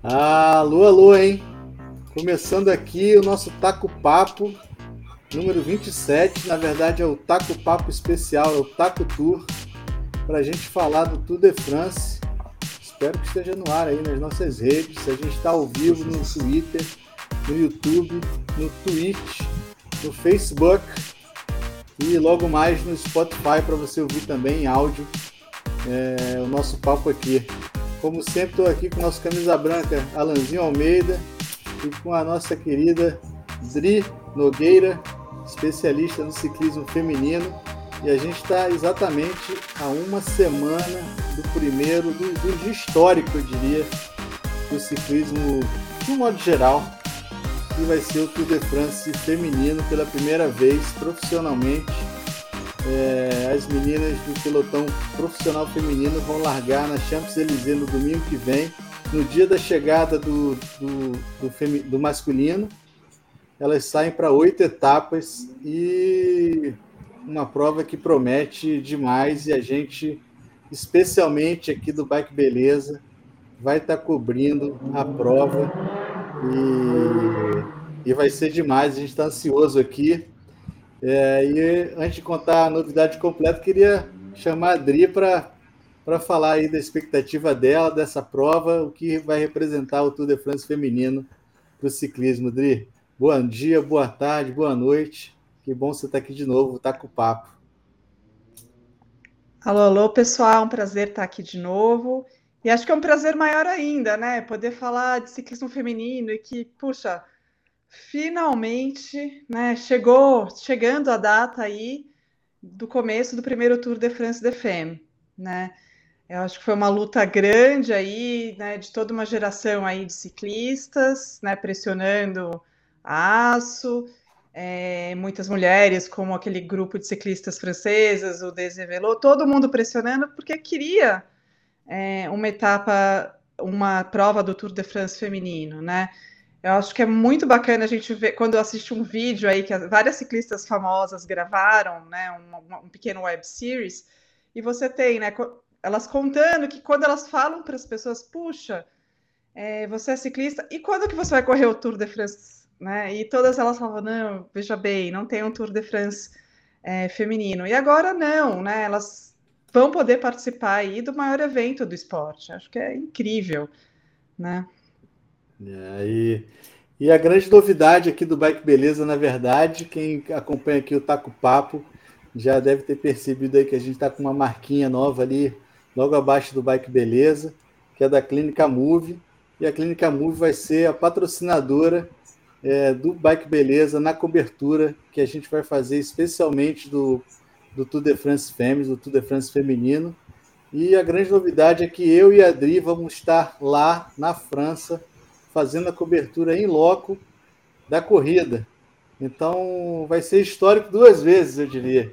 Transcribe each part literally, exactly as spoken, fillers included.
Alô, alô, hein? Começando aqui o nosso Taco Papo número vinte e sete. Na verdade é o Taco Papo especial, é o Taco Tour, para a gente falar do Tour de France. Espero que esteja no ar aí nas nossas redes. A gente está ao vivo no Twitter, no YouTube, no Twitch, no Facebook e logo mais no Spotify para você ouvir também em áudio é, o nosso papo aqui. Como sempre, estou aqui com o nosso camisa branca, Alanzinho Almeida, e com a nossa querida Dri Nogueira, especialista no ciclismo feminino. E a gente está exatamente a uma semana do primeiro, do, do dia histórico, eu diria, do ciclismo, de um modo geral, que vai ser o Tour de France feminino pela primeira vez, profissionalmente. É, as meninas do pelotão profissional feminino vão largar na Champs-Élysées no domingo que vem, no dia da chegada do, do, do, femi- do masculino. Elas saem para oito etapas e uma prova que promete demais, e a gente, especialmente aqui do Bike Beleza, vai estar cobrindo a prova e, e vai ser demais. A gente está ansioso aqui. É, e antes de contar a novidade completa, queria chamar a Adri para para falar aí da expectativa dela, dessa prova, o que vai representar o Tour de France feminino para o ciclismo. Adri, bom dia, boa tarde, boa noite. Que bom você estar aqui de novo, tá com o papo. Alô, alô, pessoal, um prazer estar aqui de novo. E acho que é um prazer maior ainda, né? Poder falar de ciclismo feminino e que, puxa, finalmente, né, chegou, chegando a data aí do começo do primeiro Tour de France de Femme, né? Eu acho que foi uma luta grande aí, né, de toda uma geração aí de ciclistas, né, pressionando a aço, é, muitas mulheres, como aquele grupo de ciclistas francesas, o Desevelo, todo mundo pressionando porque queria é, uma etapa, uma prova do Tour de France feminino, né? Eu acho que é muito bacana a gente ver, quando assiste um vídeo aí que várias ciclistas famosas gravaram, né, um, um pequeno web series, e você tem, né, elas contando que quando elas falam para as pessoas, puxa, é, você é ciclista, e quando que você vai correr o Tour de France? Né? E todas elas falavam, não, veja bem, não tem um Tour de France é, feminino. E agora não, né? Elas vão poder participar aí do maior evento do esporte. Acho que é incrível, né? É, e, e a grande novidade aqui do Bike Beleza, na verdade, quem acompanha aqui o Taco Papo já deve ter percebido aí que a gente está com uma marquinha nova ali, logo abaixo do Bike Beleza, que é da Clínica Move. E a Clínica Move vai ser a patrocinadora é, do Bike Beleza na cobertura que a gente vai fazer especialmente do, do Tour de France Femmes, do Tour de France feminino. E a grande novidade é que eu e a Adri vamos estar lá na França fazendo a cobertura em loco da corrida. Então vai ser histórico duas vezes, eu diria.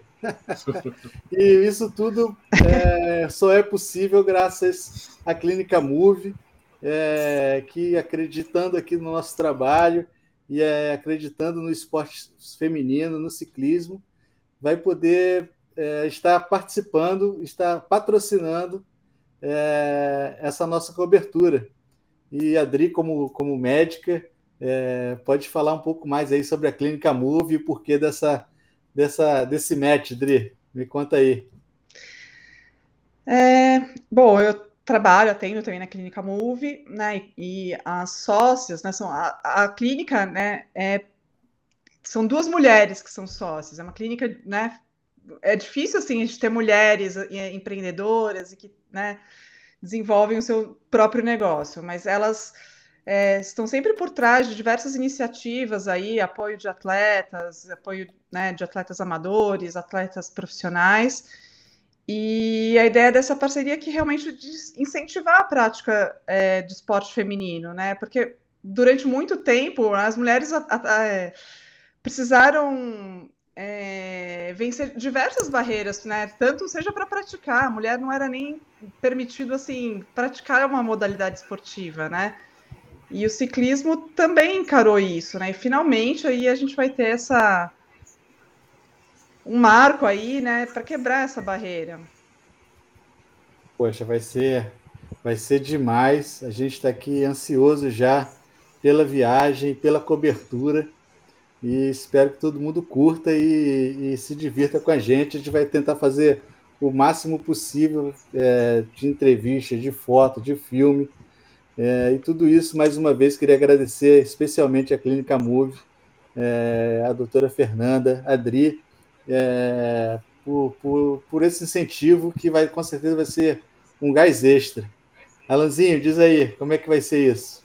E isso tudo é, só é possível graças à Clínica Move, é, que acreditando aqui no nosso trabalho e é, acreditando no esporte feminino, no ciclismo, vai poder é, estar participando, estar patrocinando é, essa nossa cobertura. E a Adri, como, como médica, é, pode falar um pouco mais aí sobre a Clínica Move e o porquê dessa, dessa, desse match, Adri. Me conta aí. É, bom, eu trabalho, atendo também na Clínica Move, né? E, e as sócias, né? São a, a clínica, né? É, são duas mulheres que são sócias. É uma clínica, né? É difícil assim a gente ter mulheres eh, empreendedoras e que, né, desenvolvem o seu próprio negócio, mas elas é, estão sempre por trás de diversas iniciativas aí, apoio de atletas, apoio, né, de atletas amadores, atletas profissionais. E a ideia dessa parceria é que realmente de incentivar a prática é, de esporte feminino, né? Porque durante muito tempo as mulheres a, a, é, precisaram é, vencer diversas barreiras, né? Tanto seja para praticar, a mulher não era nem permitido assim praticar uma modalidade esportiva, né? E o ciclismo também encarou isso, né? E finalmente aí a gente vai ter essa um marco aí, né, para quebrar essa barreira. Poxa, vai ser, Vai ser demais. A gente está aqui ansioso já pela viagem, pela cobertura. E espero que todo mundo curta e, e se divirta com a gente. A gente vai tentar fazer o máximo possível é, de entrevista, de foto, de filme. É, e tudo isso, mais uma vez, queria agradecer especialmente a Clínica Move, é, a doutora Fernanda, a Adri, é, por, por, por esse incentivo que vai, com certeza vai ser um gás extra. Alanzinho, diz aí, como é que vai ser isso?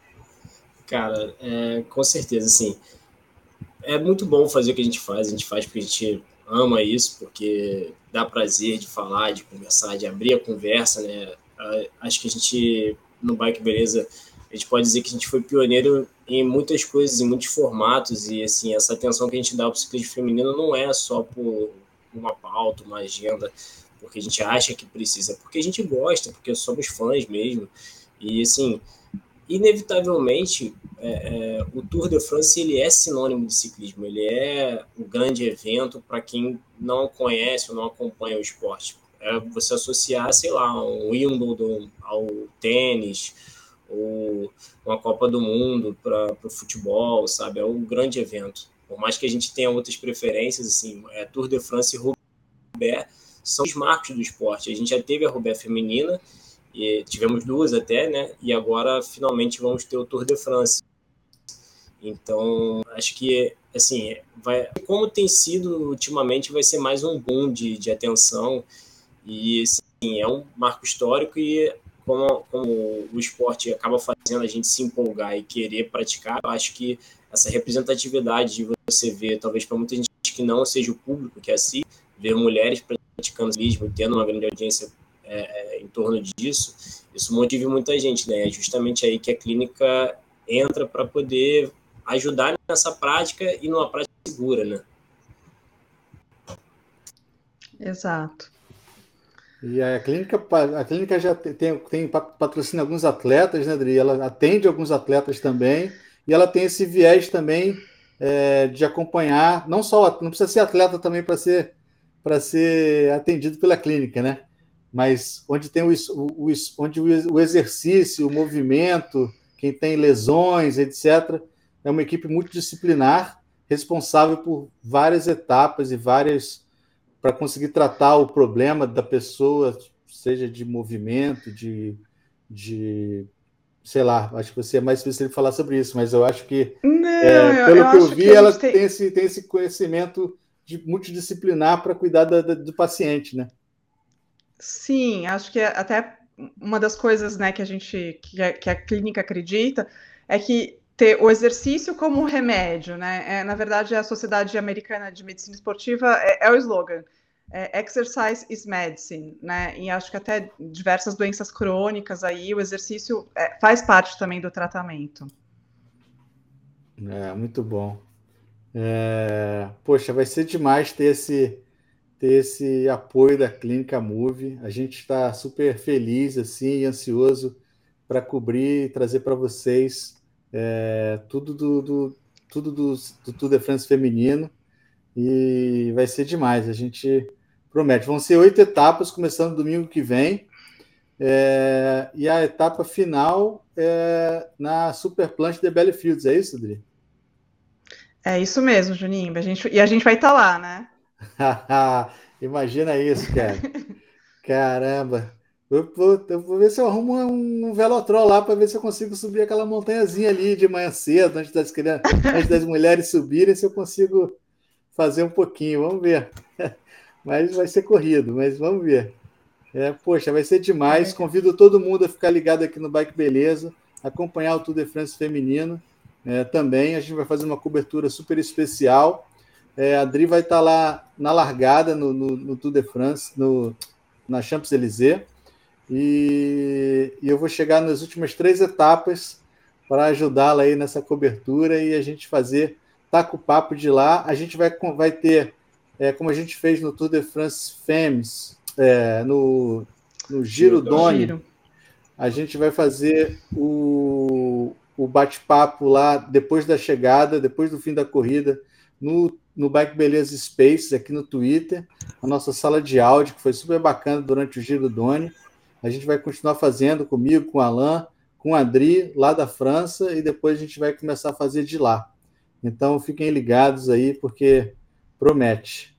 Cara, é, com certeza, assim, é muito bom fazer o que a gente faz, a gente faz porque a gente ama isso, porque dá prazer de falar, de conversar, de abrir a conversa, né? Acho que a gente, no Bike Beleza, a gente pode dizer que a gente foi pioneiro em muitas coisas, em muitos formatos, e assim, essa atenção que a gente dá ao ciclismo feminino não é só por uma pauta, uma agenda, porque a gente acha que precisa, porque a gente gosta, porque somos fãs mesmo, e assim, inevitavelmente, é, é, o Tour de France ele é sinônimo de ciclismo, ele é o grande evento para quem não conhece ou não acompanha o esporte. É você associar, sei lá, um Wimbledon ao tênis, ou uma Copa do Mundo para o futebol, sabe? É um grande evento. Por mais que a gente tenha outras preferências, assim, é, Tour de France e Roubaix são os marcos do esporte. A gente já teve a Roubaix feminina, e tivemos duas até, né? E agora finalmente vamos ter o Tour de France. Então, acho que, assim, vai, como tem sido ultimamente, vai ser mais um boom de, de atenção. E, assim, é um marco histórico e como, como o esporte acaba fazendo a gente se empolgar e querer praticar, eu acho que essa representatividade de você ver, talvez para muita gente que não seja o público que assiste, ver mulheres praticando ciclismo e tendo uma grande audiência é, é, em torno disso, isso motiva muita gente, né? É justamente aí que a clínica entra para poder ajudar nessa prática e numa prática segura, né? Exato. E a clínica, a clínica já tem, tem patrocina alguns atletas, né, Adri? Ela atende alguns atletas também, e ela tem esse viés também é, de acompanhar, não só, não precisa ser atleta também para ser, para ser atendido pela clínica, né? Mas onde tem o, o, o, onde o exercício, o movimento, quem tem lesões, etcétera, é uma equipe multidisciplinar, responsável por várias etapas e várias para conseguir tratar o problema da pessoa, seja de movimento, de, de sei lá, acho que você é mais específico falar sobre isso, mas eu acho que, Não, é, eu, pelo eu que eu acho vi, que a ela gente tem... tem esse, tem esse conhecimento de multidisciplinar para cuidar da, da, do paciente, né? Sim, acho que até uma das coisas, né, que a gente, que a, que a clínica acredita, é que ter o exercício como remédio, né? É, na verdade, a Sociedade Americana de Medicina Esportiva é, é o slogan. É, exercise is medicine, né? E acho que até diversas doenças crônicas aí, o exercício é, faz parte também do tratamento. É, muito bom. É, poxa, vai ser demais ter esse, ter esse apoio da Clínica Move. A gente está super feliz assim, e ansioso para cobrir e trazer para vocês é, tudo do, do, tudo do, do Tour de France feminino. E vai ser demais, a gente promete. Vão ser oito etapas, começando domingo que vem. É, e a etapa final é na Super Planche de Bellefields, é isso, Adri? É isso mesmo, Juninho. A gente, e a gente vai estar tá lá, né? Imagina isso, cara. Caramba. Eu vou, eu vou ver se eu arrumo um velotrol lá para ver se eu consigo subir aquela montanhazinha ali de manhã cedo, antes das, crianças, antes das mulheres subirem, se eu consigo fazer um pouquinho. Vamos ver. Mas vai ser corrido, mas vamos ver. É, poxa, vai ser demais. É. Convido todo mundo a ficar ligado aqui no Bike Beleza, acompanhar o Tour de France feminino é, também. A gente vai fazer uma cobertura super especial. É, a Adri vai estar lá na largada no, no, no Tour de France, no, na Champs-Élysées. E, e eu vou chegar nas últimas três etapas para ajudá-la aí nessa cobertura e a gente fazer taco papo de lá. A gente vai, vai ter, é, como a gente fez no Tour de France Femmes, é, no, no Giro Doni, a gente vai fazer o, o bate-papo lá depois da chegada, depois do fim da corrida, no, no Bike Beleza Spaces, aqui no Twitter, a nossa sala de áudio, que foi super bacana durante o Giro Doni. A gente vai continuar fazendo comigo, com o Alain, com a Adri, lá da França, e depois a gente vai começar a fazer de lá. Então, fiquem ligados aí, porque promete.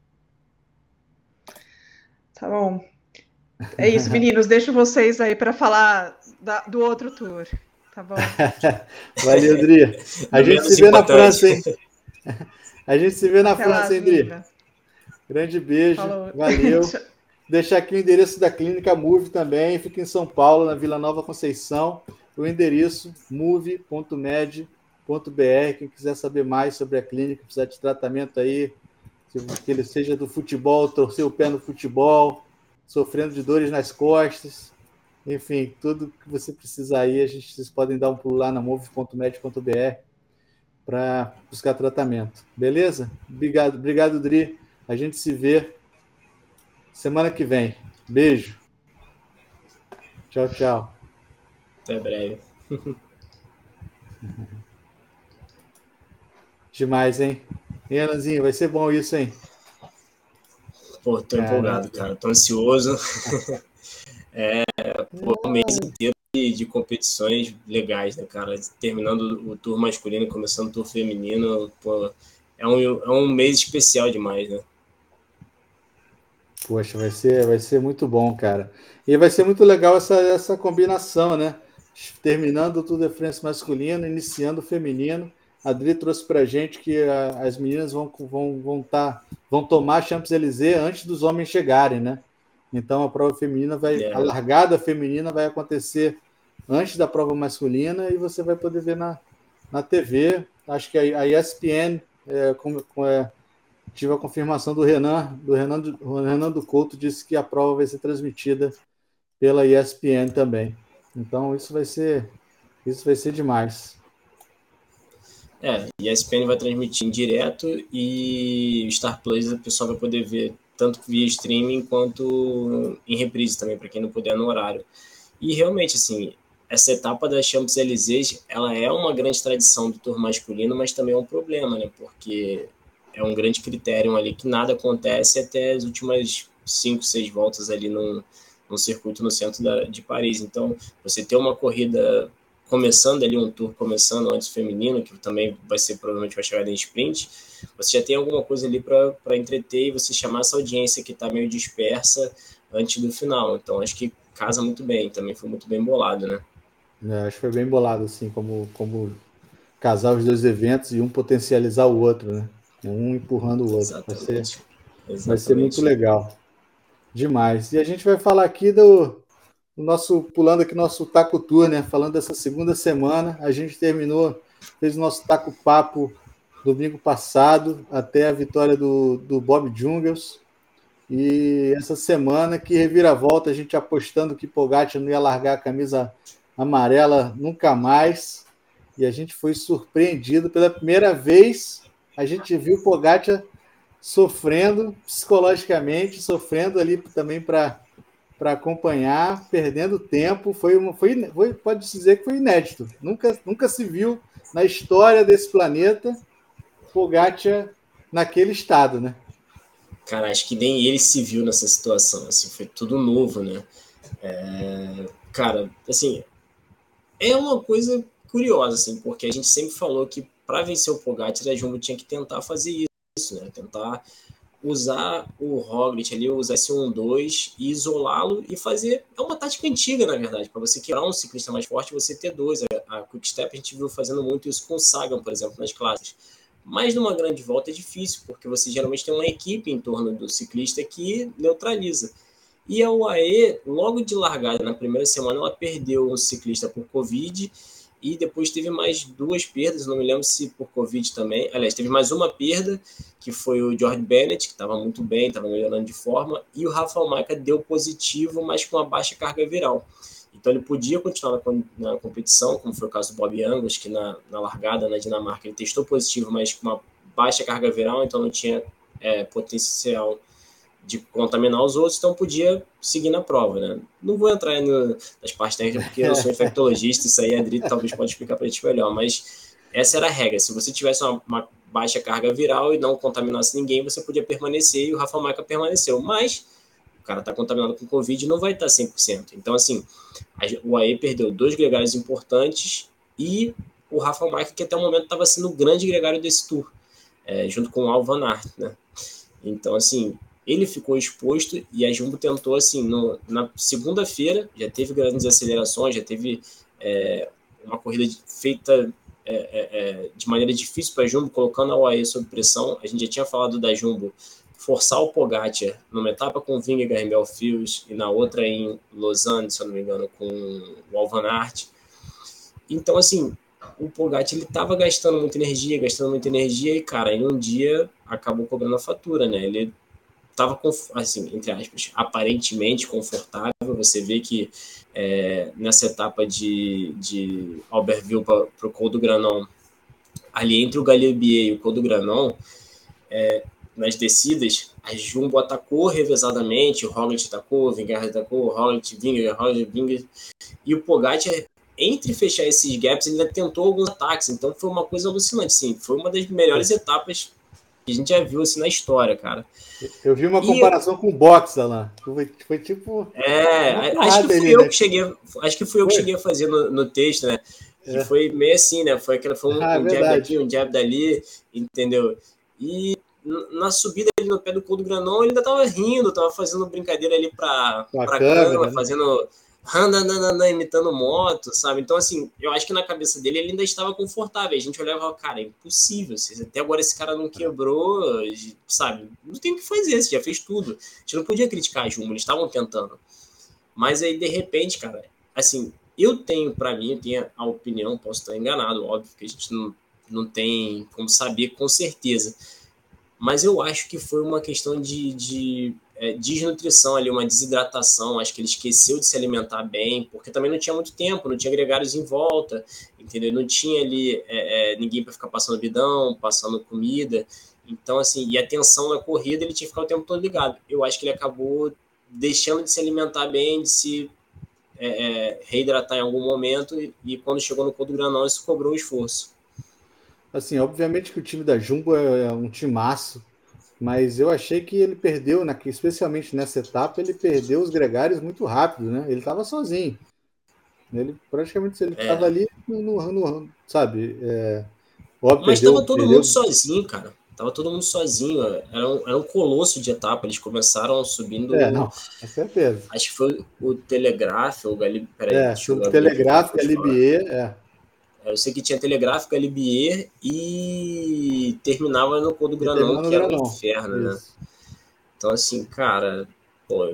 Tá bom. É isso, meninos. Deixo vocês aí para falar da, do outro tour. Tá bom? Valeu, Adri. A gente se vê na França, hein? A gente se vê na Até lá, França, hein, Adri? linda. Grande beijo. Falou. Valeu. Deixar aqui o endereço da Clínica Move também. Fica em São Paulo, na Vila Nova Conceição. O endereço move ponto med ponto br. Quem quiser saber mais sobre a clínica, precisar de tratamento aí, que ele seja do futebol, torcer o pé no futebol, sofrendo de dores nas costas, enfim, tudo que você precisar aí, a gente, vocês podem dar um pulo lá na move ponto med ponto br para buscar tratamento. Beleza? Obrigado, obrigado, Dri. A gente se vê semana que vem. Beijo. Tchau, tchau. Até breve. Demais, hein? E Ananzinho, vai ser bom isso, hein? Pô, tô Caramba. empolgado, cara. Tô ansioso. é, pô, um mês inteiro de, de competições legais, né, cara? Terminando o tour masculino, começando o tour feminino. Pô, é um, é um mês especial demais, né? Poxa, vai ser, vai ser muito bom, cara. E vai ser muito legal essa, essa combinação, né? Terminando o Tour de France masculino, iniciando o feminino. A Adri trouxe pra gente que a, as meninas vão, vão, vão, tá, vão tomar a Champs-Élysées antes dos homens chegarem, né? Então a prova feminina vai, é. a largada feminina vai acontecer antes da prova masculina e você vai poder ver na, na T V. Acho que a, a E S P N, é, com, com, é, tive a confirmação do Renan, do Renan do, o Renan do Couto, disse que a prova vai ser transmitida pela E S P N também. Então isso vai ser, isso vai ser demais. É, e a E S P N vai transmitir em direto e o Star Plus o pessoal vai poder ver tanto via streaming quanto em reprise também, para quem não puder no horário. E realmente, assim, essa etapa da Champs-Élysées, ela é uma grande tradição do tour masculino, mas também é um problema, né? Porque é um grande critério ali que nada acontece até as últimas cinco, seis voltas ali no, no circuito no centro da, de Paris. Então, você ter uma corrida começando ali, um tour começando antes feminino, que também vai ser provavelmente uma chegada em sprint, você já tem alguma coisa ali para entreter e você chamar essa audiência que está meio dispersa antes do final. Então, acho que casa muito bem, também foi muito bem bolado, né? É, acho que foi bem bolado, assim, como, como casar os dois eventos e um potencializar o outro, né? Um empurrando o outro. Vai ser, Exatamente. vai ser muito legal. Demais. E a gente vai falar aqui do, do nosso, pulando aqui nosso Taco Tour, né? Falando dessa segunda semana. A gente terminou, fez o nosso Taco Papo domingo passado, até a vitória do, do Bob Jungels. E essa semana, que reviravolta, a gente apostando que Pogacar não ia largar a camisa amarela nunca mais. E a gente foi surpreendido. Pela primeira vez, a gente viu Pogacar sofrendo psicologicamente, sofrendo ali também para acompanhar, perdendo tempo. Foi, uma, foi, foi, pode dizer que foi inédito. Nunca, nunca se viu na história desse planeta Pogacar naquele estado, né? Cara, acho que nem ele se viu nessa situação, assim, foi tudo novo, né? É, cara, assim, é uma coisa curiosa, assim, porque a gente sempre falou que para vencer o Pogacar, a Jumbo tinha que tentar fazer isso, né? Tentar usar o Roglic ali, usar esse um dois e isolá-lo e fazer... É uma tática antiga, na verdade, para você quebrar um ciclista mais forte, você ter dois. A Quick-Step a gente viu fazendo muito isso com o Sagan, por exemplo, nas classes. Mas numa grande volta é difícil, porque você geralmente tem uma equipe em torno do ciclista que neutraliza. E a U A E, logo de largada, na primeira semana, ela perdeu um ciclista por Covid e depois teve mais duas perdas, não me lembro se por Covid também. Aliás, teve mais uma perda, que foi o George Bennett, que estava muito bem, estava melhorando de forma, e o Rafael Maika deu positivo, mas com uma baixa carga viral. Então ele podia continuar na, na competição, como foi o caso do Bob Jungels, que na, na largada na Dinamarca ele testou positivo, mas com uma baixa carga viral, então não tinha é, potencial de contaminar os outros, então podia seguir na prova, né? Não vou entrar no, nas partes técnicas, porque eu sou infectologista, isso aí a Adri talvez pode explicar para a gente melhor, mas essa era a regra. Se você tivesse uma, uma baixa carga viral e não contaminasse ninguém, você podia permanecer, e o Rafa Maika permaneceu. Mas O cara está contaminado com Covid e não vai estar cem por cento. Então, assim, a, o A E perdeu dois gregários importantes e o Rafa Marque, que até o momento estava sendo o grande gregário desse tour, é, junto com o Al Van Aert, né? Então, assim, ele ficou exposto e a Jumbo tentou, assim, no, na segunda-feira, já teve grandes acelerações, já teve é, uma corrida feita é, é, de maneira difícil para a Jumbo, colocando a U A E sob pressão. A gente já tinha falado da Jumbo forçar o Pogacar numa etapa com o Vingegaard em Belfius e na outra em Lausanne, se eu não me engano, com o Al Van Aert. Então, assim, o Pogacar ele estava gastando muita energia, gastando muita energia e, cara, em um dia acabou cobrando a fatura, né? Ele estava, assim, entre aspas, aparentemente confortável. Você vê que é, nessa etapa de, de Albertville para o Col do Granon, ali entre o Galibier e o Col do Granon, é, nas descidas, a Jumbo atacou revezadamente, o Roglic atacou, o Vingegaard atacou, o Roglic, Vingegaard, Roglic, Vingegaard, e o Pogacar, entre fechar esses gaps, ele ainda tentou alguns ataques, então foi uma coisa alucinante, sim, foi uma das melhores etapas que a gente já viu assim, na história, cara. Eu vi uma e comparação eu... com o boxe, Alain. Foi, foi tipo... É, acho que fui ali, eu né? que cheguei, acho que fui eu foi? que cheguei a fazer no, no texto, né? Que é. Foi meio assim, né? Foi, aquela, foi um, ah, um jab daqui, um jab dali, entendeu? E na subida ali no pé do Col do Granon, ele ainda tava rindo, tava fazendo brincadeira ali pra, pra câmera, né? Fazendo... imitando moto, sabe? Então, assim, eu acho que na cabeça dele ele ainda estava confortável. A gente olhava e falava, cara, é impossível. Até agora esse cara não quebrou, sabe? Não tem o que fazer, você já fez tudo. A gente não podia criticar a Jumbo, eles estavam tentando. Mas aí, de repente, cara, assim, eu tenho, pra mim, eu tenho a opinião, posso estar enganado, óbvio que a gente não, não tem como saber com certeza. Mas eu acho que foi uma questão de... de É, desnutrição ali, uma desidratação, acho que ele esqueceu de se alimentar bem, porque também não tinha muito tempo, não tinha gregários em volta, entendeu? Não tinha ali é, é, ninguém para ficar passando bidão, passando comida, então assim, e a tensão na corrida, ele tinha que ficar o tempo todo ligado. Eu acho que ele acabou deixando de se alimentar bem, de se é, é, reidratar em algum momento, e, e quando chegou no Col do Granon, isso cobrou o esforço. Assim, obviamente que o time da Jumbo é um timaço, mas eu achei que ele perdeu, né, especialmente nessa etapa, ele perdeu os gregários muito rápido, né? Ele estava sozinho. Ele praticamente ele estava é. ali no, no, no sabe? É, óbvio, mas estava todo perdeu. mundo sozinho, cara. Tava todo mundo sozinho. Era um, era um colosso de etapa. Eles começaram subindo. É, não, com certeza. Acho que foi o Telegraph, o Galibier. Peraí, é, o Telegraph, Galibier, é. Eu sei que tinha Telegráfico, Galibier e terminava no Col do Granon, que era um inferno, né? Então, assim, cara, pô...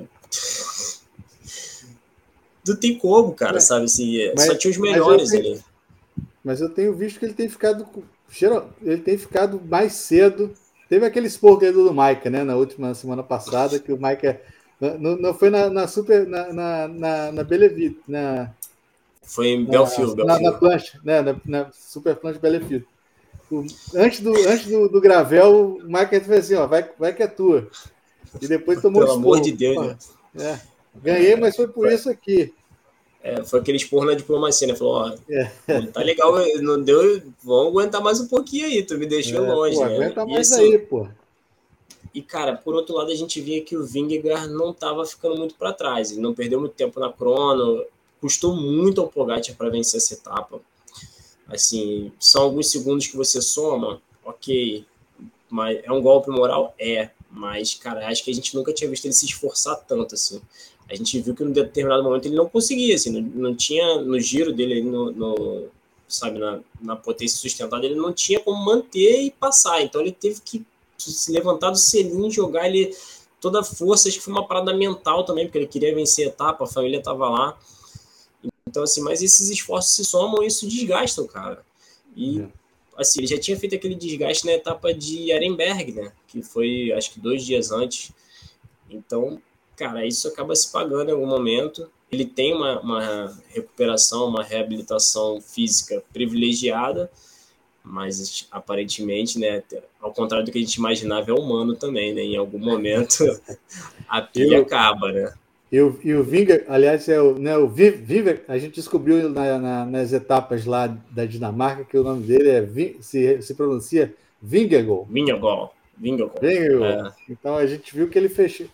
Não tem como, cara, mas, sabe? Assim, mas, só tinha os melhores mas tenho, ali. Mas eu tenho visto que ele tem ficado... Ele tem ficado mais cedo. Teve aquele esporro do, do Maika, né? Na última semana passada, que o Maika... Não, não foi na, na Super... Na, na, na, na Belleville, na... Foi em Belfield. Na, na, na plancha, né? Na, na super plancha Bellefield. Antes do, antes do, do Gravel, o Michael fez assim, ó, vai, vai que é tua. E depois tomou Pelo amor de Deus, né? É, ganhei, mas foi por foi, isso aqui. É, foi aquele esporro na diplomacia, né? Falou, ó, é. Não tá legal, não deu, vamos aguentar mais um pouquinho aí, tu me deixou é, longe, pô, né? Aguenta mais assim, aí, pô. E, cara, por outro lado, a gente via que o Vingegaard não tava ficando muito para trás, ele não perdeu muito tempo na crono, custou muito ao Pogacar para vencer essa etapa. Assim, são alguns segundos que você soma, ok, mas é um golpe moral? É, mas, cara, acho que a gente nunca tinha visto ele se esforçar tanto, assim. A gente viu que em determinado momento ele não conseguia, assim, não, não tinha, no giro dele, no, no, sabe, na, na potência sustentada, ele não tinha como manter e passar, então ele teve que se levantar do selinho, jogar ele toda a força, acho que foi uma parada mental também, porque ele queria vencer a etapa, a família estava lá. Então, assim, mas esses esforços se somam e isso desgastam, cara. E, é. assim, ele já tinha feito aquele desgaste na etapa de Arenberg, né? Que foi, acho que dois dias antes. Então, cara, isso acaba se pagando em algum momento. Ele tem uma, uma recuperação, uma reabilitação física privilegiada, mas, aparentemente, né, ao contrário do que a gente imaginava, é humano também, né? Em algum momento, a pilha Eu... acaba, né? E o, e o Vingegaard, aliás, é o, né, o Vingegaard, a gente descobriu na, na, nas etapas lá da Dinamarca que o nome dele é, se, se pronuncia Vingegaard. Vingegaard. Vingegaard. Vingegaard. É. Então a gente viu que ele fechou,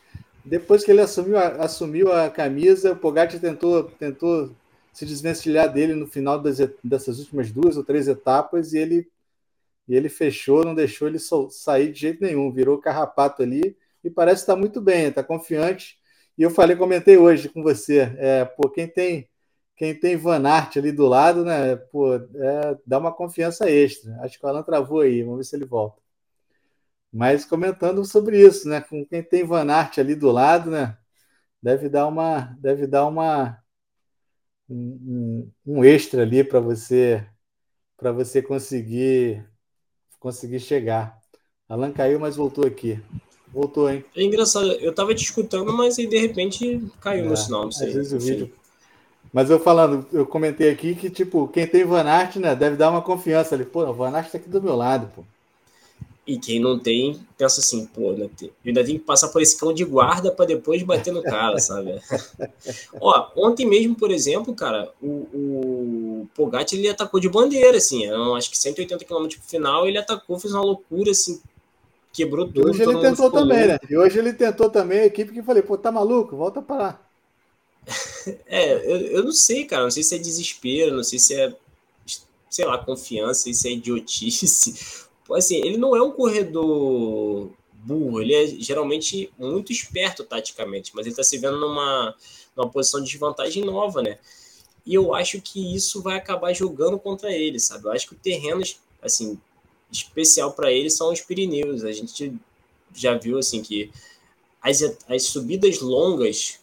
depois que ele assumiu a, assumiu a camisa, o Pogacar tentou, tentou se desvencilhar dele no final das, dessas últimas duas ou três etapas e ele, e ele fechou, não deixou ele sair de jeito nenhum, virou carrapato ali e parece estar muito bem, está confiante. E eu falei, comentei hoje com você, é, pô, quem tem quem tem Van Aert ali do lado, né, pô, é, dá uma confiança extra. Acho que o Alan travou aí, vamos ver se ele volta. Mas comentando sobre isso, né, com quem tem Van Aert ali do lado, né, deve dar uma, deve dar uma um, um um extra ali para você para você conseguir conseguir chegar. Alan caiu, mas voltou aqui. Voltou, hein? É engraçado, eu tava te escutando, mas aí de repente caiu É, no sinal, não sei. às vezes o Enfim. vídeo. Mas eu falando, eu comentei aqui que, tipo, quem tem Van Aert, né, deve dar uma confiança ali. Pô, o Van Aert tá aqui do meu lado, pô. E quem não tem, pensa assim, pô, né, eu ainda tenho que passar por esse cão de guarda para depois bater no cara, sabe? Ó, ontem mesmo, por exemplo, cara, o, o Pogacar, ele atacou de bandeira, assim, eram, acho que cento e oitenta quilômetros pro final, ele atacou, fez uma loucura, assim, quebrou tudo. Hoje ele tentou também, né? E hoje ele tentou também a equipe que falei, pô, tá maluco? Volta para lá. É, eu, eu não sei, cara, não sei se é desespero, não sei se é, sei lá, confiança, não sei se é idiotice. Assim, ele não é um corredor burro, ele é geralmente muito esperto taticamente, mas ele está se vendo numa, numa posição de desvantagem nova, né? E eu acho que isso vai acabar jogando contra ele, sabe? Eu acho que o terreno, assim, especial para ele são os Pirineus. A gente já viu, assim, que as, as subidas longas,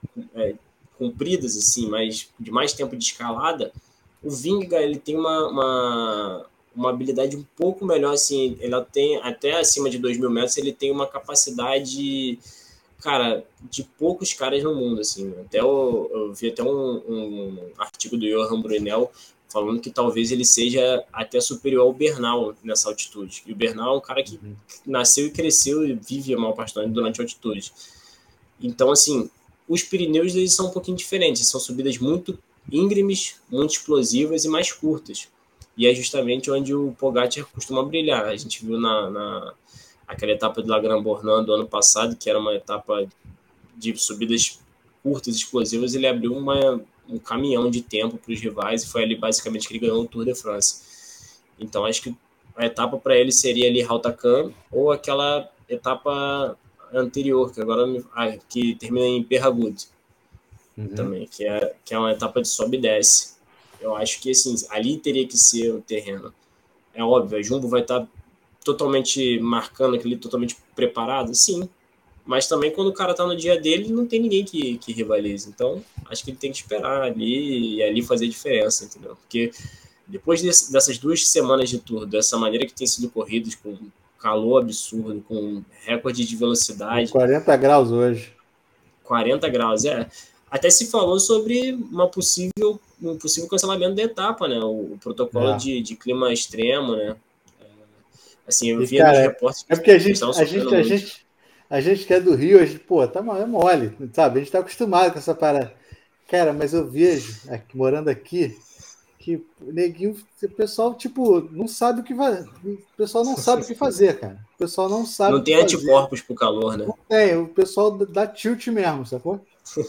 é, compridas, assim, mas de mais tempo de escalada, o Vingegaard, ele tem uma... uma uma habilidade um pouco melhor, assim, ela tem até acima de dois mil metros, ele tem uma capacidade, cara, de poucos caras no mundo, assim, até eu, eu vi até um, um artigo do Johan Brunel falando que talvez ele seja até superior ao Bernal nessa altitude, e o Bernal é um cara que uhum. nasceu e cresceu e vive a maior parte do ano durante a altitude. Então, assim, os Pirineus, eles são um pouquinho diferentes, são subidas muito íngremes, muito explosivas e mais curtas. E é justamente onde o Pogacar costuma brilhar. A gente viu na, na aquela etapa de La Grande-Bornand do ano passado, que era uma etapa de subidas curtas, explosivas, ele abriu uma, um caminhão de tempo para os rivais e foi ali basicamente que ele ganhou o Tour de France. Então acho que a etapa para ele seria ali Hautacam ou aquela etapa anterior, que agora ah, que termina em Perragut, uhum. também, que é, que é uma etapa de sobe e desce. Eu acho que assim, ali teria que ser o terreno. É óbvio, a Jumbo vai estar totalmente marcando aquele, totalmente preparado, sim. Mas também quando o cara está no dia dele, não tem ninguém que, que rivalize. Então, acho que ele tem que esperar ali e ali fazer diferença, entendeu? Porque depois desse, dessas duas semanas de Tour, dessa maneira que tem sido corridos, com calor absurdo, com recorde de velocidade... quarenta graus hoje. quarenta graus, é... Até se falou sobre uma possível, um possível cancelamento da etapa, né? O, o protocolo é. de, de clima extremo, né? É, assim, eu vi nos repórteres que é porque a gente, a gente, a gente, a gente que é do Rio, a gente, pô, tá é mole, sabe? A gente tá acostumado com essa parada. Cara, mas eu vejo, aqui, morando aqui, que o neguinho, o pessoal, tipo, não sabe o que vai. O pessoal não sabe o que fazer, cara. O pessoal não sabe. Não tem anticorpos pro calor, né? Não tem, o pessoal dá tilt mesmo, sacou?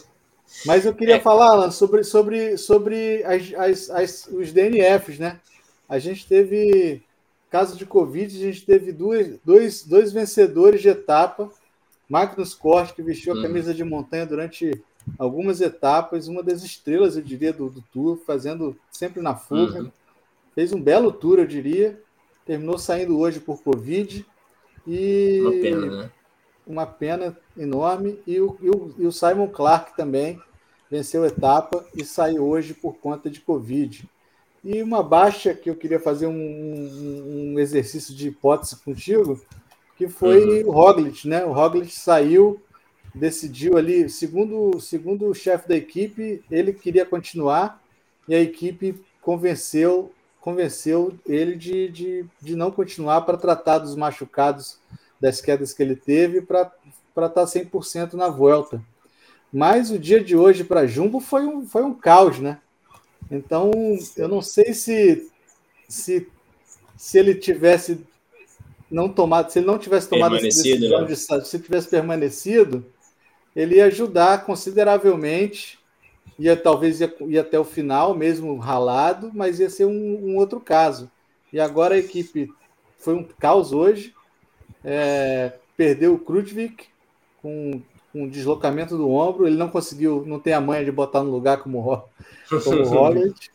Mas eu queria é. falar, Alan, sobre, sobre, sobre as, as, as, os D N Fs, né? A gente teve, caso de Covid, a gente teve duas, dois, dois vencedores de etapa. Magnus Kort, que vestiu a camisa hum. de montanha durante algumas etapas, uma das estrelas, eu diria, do, do Tour, fazendo sempre na fuga. Uhum. Fez um belo Tour, eu diria. Terminou saindo hoje por Covid. E... Uma pena, né? Uma pena enorme. E o, e, o, e o Simon Clark também venceu a etapa e saiu hoje por conta de Covid. E uma baixa que eu queria fazer um, um, um exercício de hipótese contigo, que foi uhum. o Roglic, né? O Roglic saiu, decidiu ali, segundo, segundo o chefe da equipe, ele queria continuar e a equipe convenceu, convenceu ele de, de, de não continuar para tratar dos machucados, das quedas que ele teve, para estar cem por cento na volta. Mas o dia de hoje para Jumbo foi um, foi um caos, né? Então, eu não sei se, se, se ele tivesse não tomado, se ele não tivesse tomado essa decisão, né? de, se ele tivesse permanecido, ele ia ajudar consideravelmente, ia talvez ia, ia até o final, mesmo ralado, mas ia ser um, um outro caso. E agora a equipe foi um caos hoje, é, perdeu o Krutwik com, com deslocamento do ombro, ele não conseguiu, não tem a manha de botar no lugar como, como o Roglic.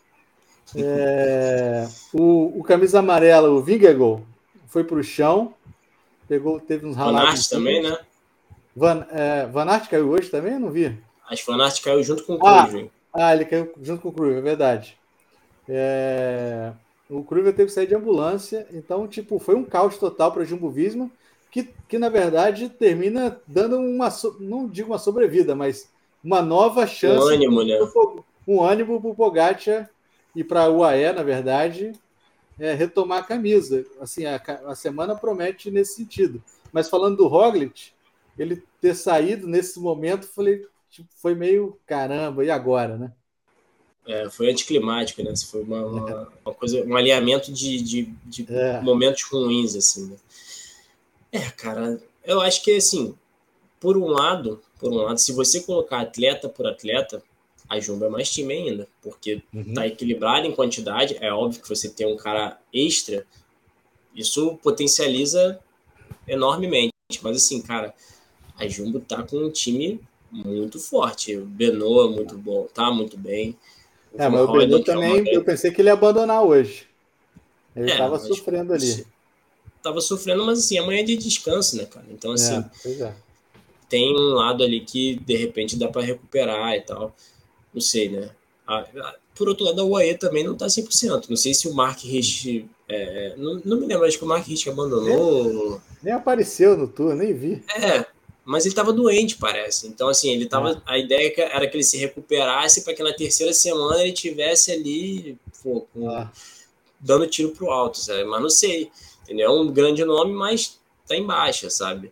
É, o, o camisa amarela, o Vingegaard, foi para o chão, pegou, teve uns ralados. Van Aert também, né? Van, é, Van Aert caiu hoje também? Eu não vi. Acho que o Van Aert caiu junto com o ah, Krujvik. Ah, ele caiu junto com o Krujvik, é verdade. É, o Krujvik teve que sair de ambulância, então, tipo, foi um caos total para o Jumbo-Visma, que, que, na verdade, termina dando uma, não digo uma sobrevida, mas uma nova chance. Um ânimo, né? Pro, um ânimo para o Pogacar e para a U A E, na verdade, é, retomar a camisa. Assim, a, a semana promete nesse sentido. Mas falando do Roglic, ele ter saído nesse momento, falei, tipo, foi meio caramba, e agora, né? É, foi anticlimático, né? Foi uma, uma, uma coisa, um alinhamento de, de, de é. momentos ruins, assim, né? É, cara, eu acho que, assim, por um lado, por um lado, se você colocar atleta por atleta, a Jumbo é mais time ainda, porque uhum. tá equilibrado em quantidade, é óbvio que você tem um cara extra, isso potencializa enormemente, mas assim, cara, a Jumbo tá com um time muito forte, o Benoit muito bom, tá muito bem. O é, mas o Benoit também, é uma... eu pensei que ele ia abandonar hoje. Ele é, tava sofrendo ali. Tava sofrendo, mas assim, amanhã é de descanso, né, cara? Então, assim, é, pois é. tem um lado ali que, de repente, dá para recuperar e tal. Não sei, né? A, a, por outro lado, a U A E também não tá cem por cento. Não sei se o Mark Rich... É, não, não me lembro, acho que o Mark Rich abandonou. Nem, nem apareceu no tour, nem vi. É, mas ele tava doente, parece. Então, assim, ele tava... É. A ideia era que ele se recuperasse para que na terceira semana ele tivesse ali, pô, com, ah. dando tiro pro alto, sabe? Mas não sei. Entendeu? É um grande nome, mas tá em baixa, sabe?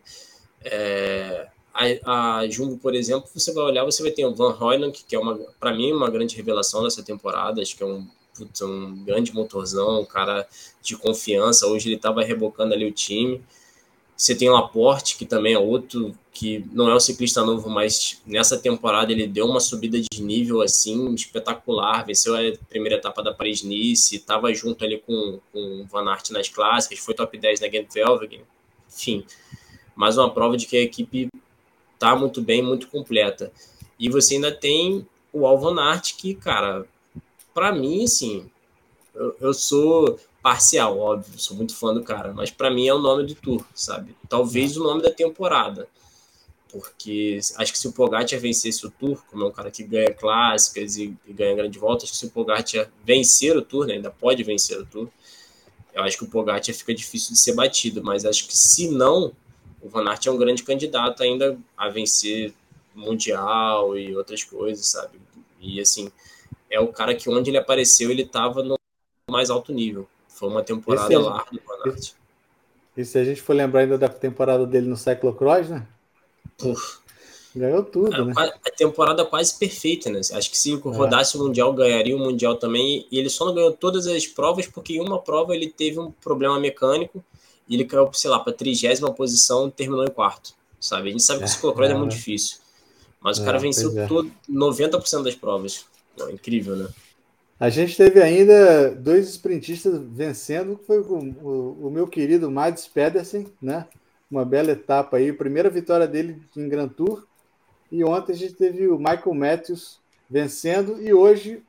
É... A, a Jumbo, por exemplo, você vai olhar, você vai ter o Van Hooydonck, que é, para mim, uma grande revelação dessa temporada. Acho que é um, putz, um grande motorzão, um cara de confiança. Hoje ele estava rebocando ali o time. Você tem o Laporte, que também é outro, que não é um ciclista novo, mas nessa temporada ele deu uma subida de nível assim espetacular. Venceu a primeira etapa da Paris-Nice, estava junto ali com, com o Van Aert nas clássicas, foi top dez na Gent-Wevelgem. Enfim, mais uma prova de que a equipe tá muito bem, muito completa. E você ainda tem o Van Aert, que, cara, para mim, assim, eu, eu sou parcial, óbvio, sou muito fã do cara, mas para mim é o nome do Tour, sabe? Talvez o nome da temporada, porque acho que se o Pogacar vencesse o Tour, como é um cara que ganha clássicas e, e ganha grande volta, acho que se o Pogacar vencer o Tour, né, ainda pode vencer o Tour, eu acho que o Pogacar fica difícil de ser batido, mas acho que se não, o Van Aert é um grande candidato ainda a vencer Mundial e outras coisas, sabe? E, assim, é o cara que onde ele apareceu, ele estava no mais alto nível. Foi uma temporada é, larga do Van Aert. E se a gente for lembrar ainda da temporada dele no Cyclocross, né? Uf. Ganhou tudo, a, né? A temporada quase perfeita, né? Acho que se rodasse é. o Mundial, ganharia o Mundial também. E ele só não ganhou todas as provas porque em uma prova ele teve um problema mecânico e ele caiu, sei lá, para a trigésima posição e terminou em quarto, sabe? A gente sabe que o ciclocross é, é, é muito difícil. Mas é, o cara venceu é. todo, noventa por cento das provas. É incrível, né? A gente teve ainda dois sprintistas vencendo, que foi o, o, o meu querido Mads Pedersen, né? Uma bela etapa aí, primeira vitória dele em Grand Tour. E ontem a gente teve o Michael Matthews vencendo e hoje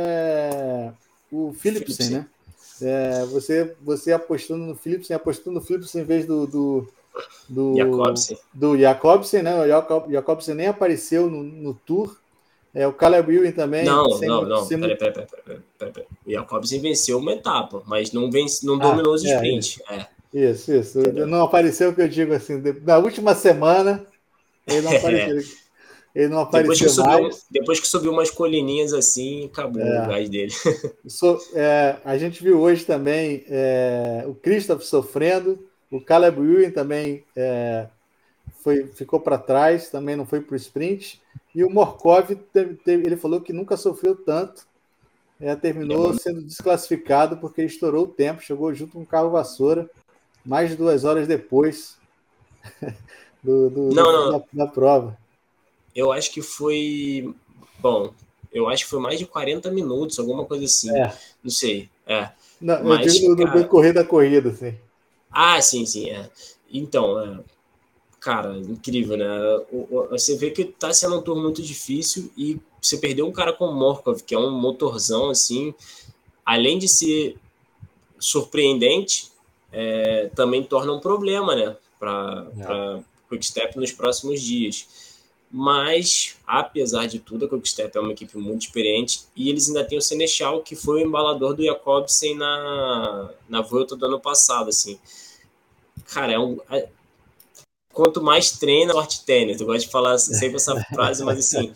é, o Philipsen, né? É, você, você apostando no Philipsen, apostando no Philipsen em vez do do, do Jacobsen. do Jacobsen, né? O Jacob, Jacobsen nem apareceu no, no Tour. É, o Caleb Ewan também. Não, não, muito, não. Peraí, peraí, peraí, peraí, peraí, peraí. O Jacobsen venceu uma etapa, mas não, vence, não ah, dominou os é, sprints. Isso, é. isso. isso. Não apareceu o que eu digo assim. Na última semana, ele não apareceu. É. Ele não apareceu depois que mais. Subiu, depois que subiu umas colininhas assim, acabou é. o gás dele. So, é, a gente viu hoje também é, o Christoph sofrendo, o Caleb Ewan também é, foi, ficou para trás, também não foi para o sprint. E o Morkov, teve, teve, ele falou que nunca sofreu tanto, é, terminou é sendo desclassificado porque estourou o tempo, chegou junto com o carro vassoura, mais de duas horas depois do, do, não, do, não. Da, da prova. eu acho que foi... Bom, eu acho que foi mais de quarenta minutos, alguma coisa assim. É. Não sei, é. Não, eu Mas, digo no, no cara... decorrer da corrida, assim. Ah, sim, sim, é. Então, é, cara, incrível, né? O- o- Você vê que tá sendo um tour muito difícil e você perdeu um cara como o Morkov, que é um motorzão, assim, além de ser surpreendente, é, também torna um problema, né? Para É. Quickstep nos próximos dias. Mas, apesar de tudo, a Quickstep é uma equipe muito experiente e eles ainda têm o Senechal, que foi o embalador do Jacobsen na, na Vuelta do ano passado, assim. Cara, é um, é- quanto mais treina, sorte tênis. Eu gosto de falar sempre essa frase, mas assim,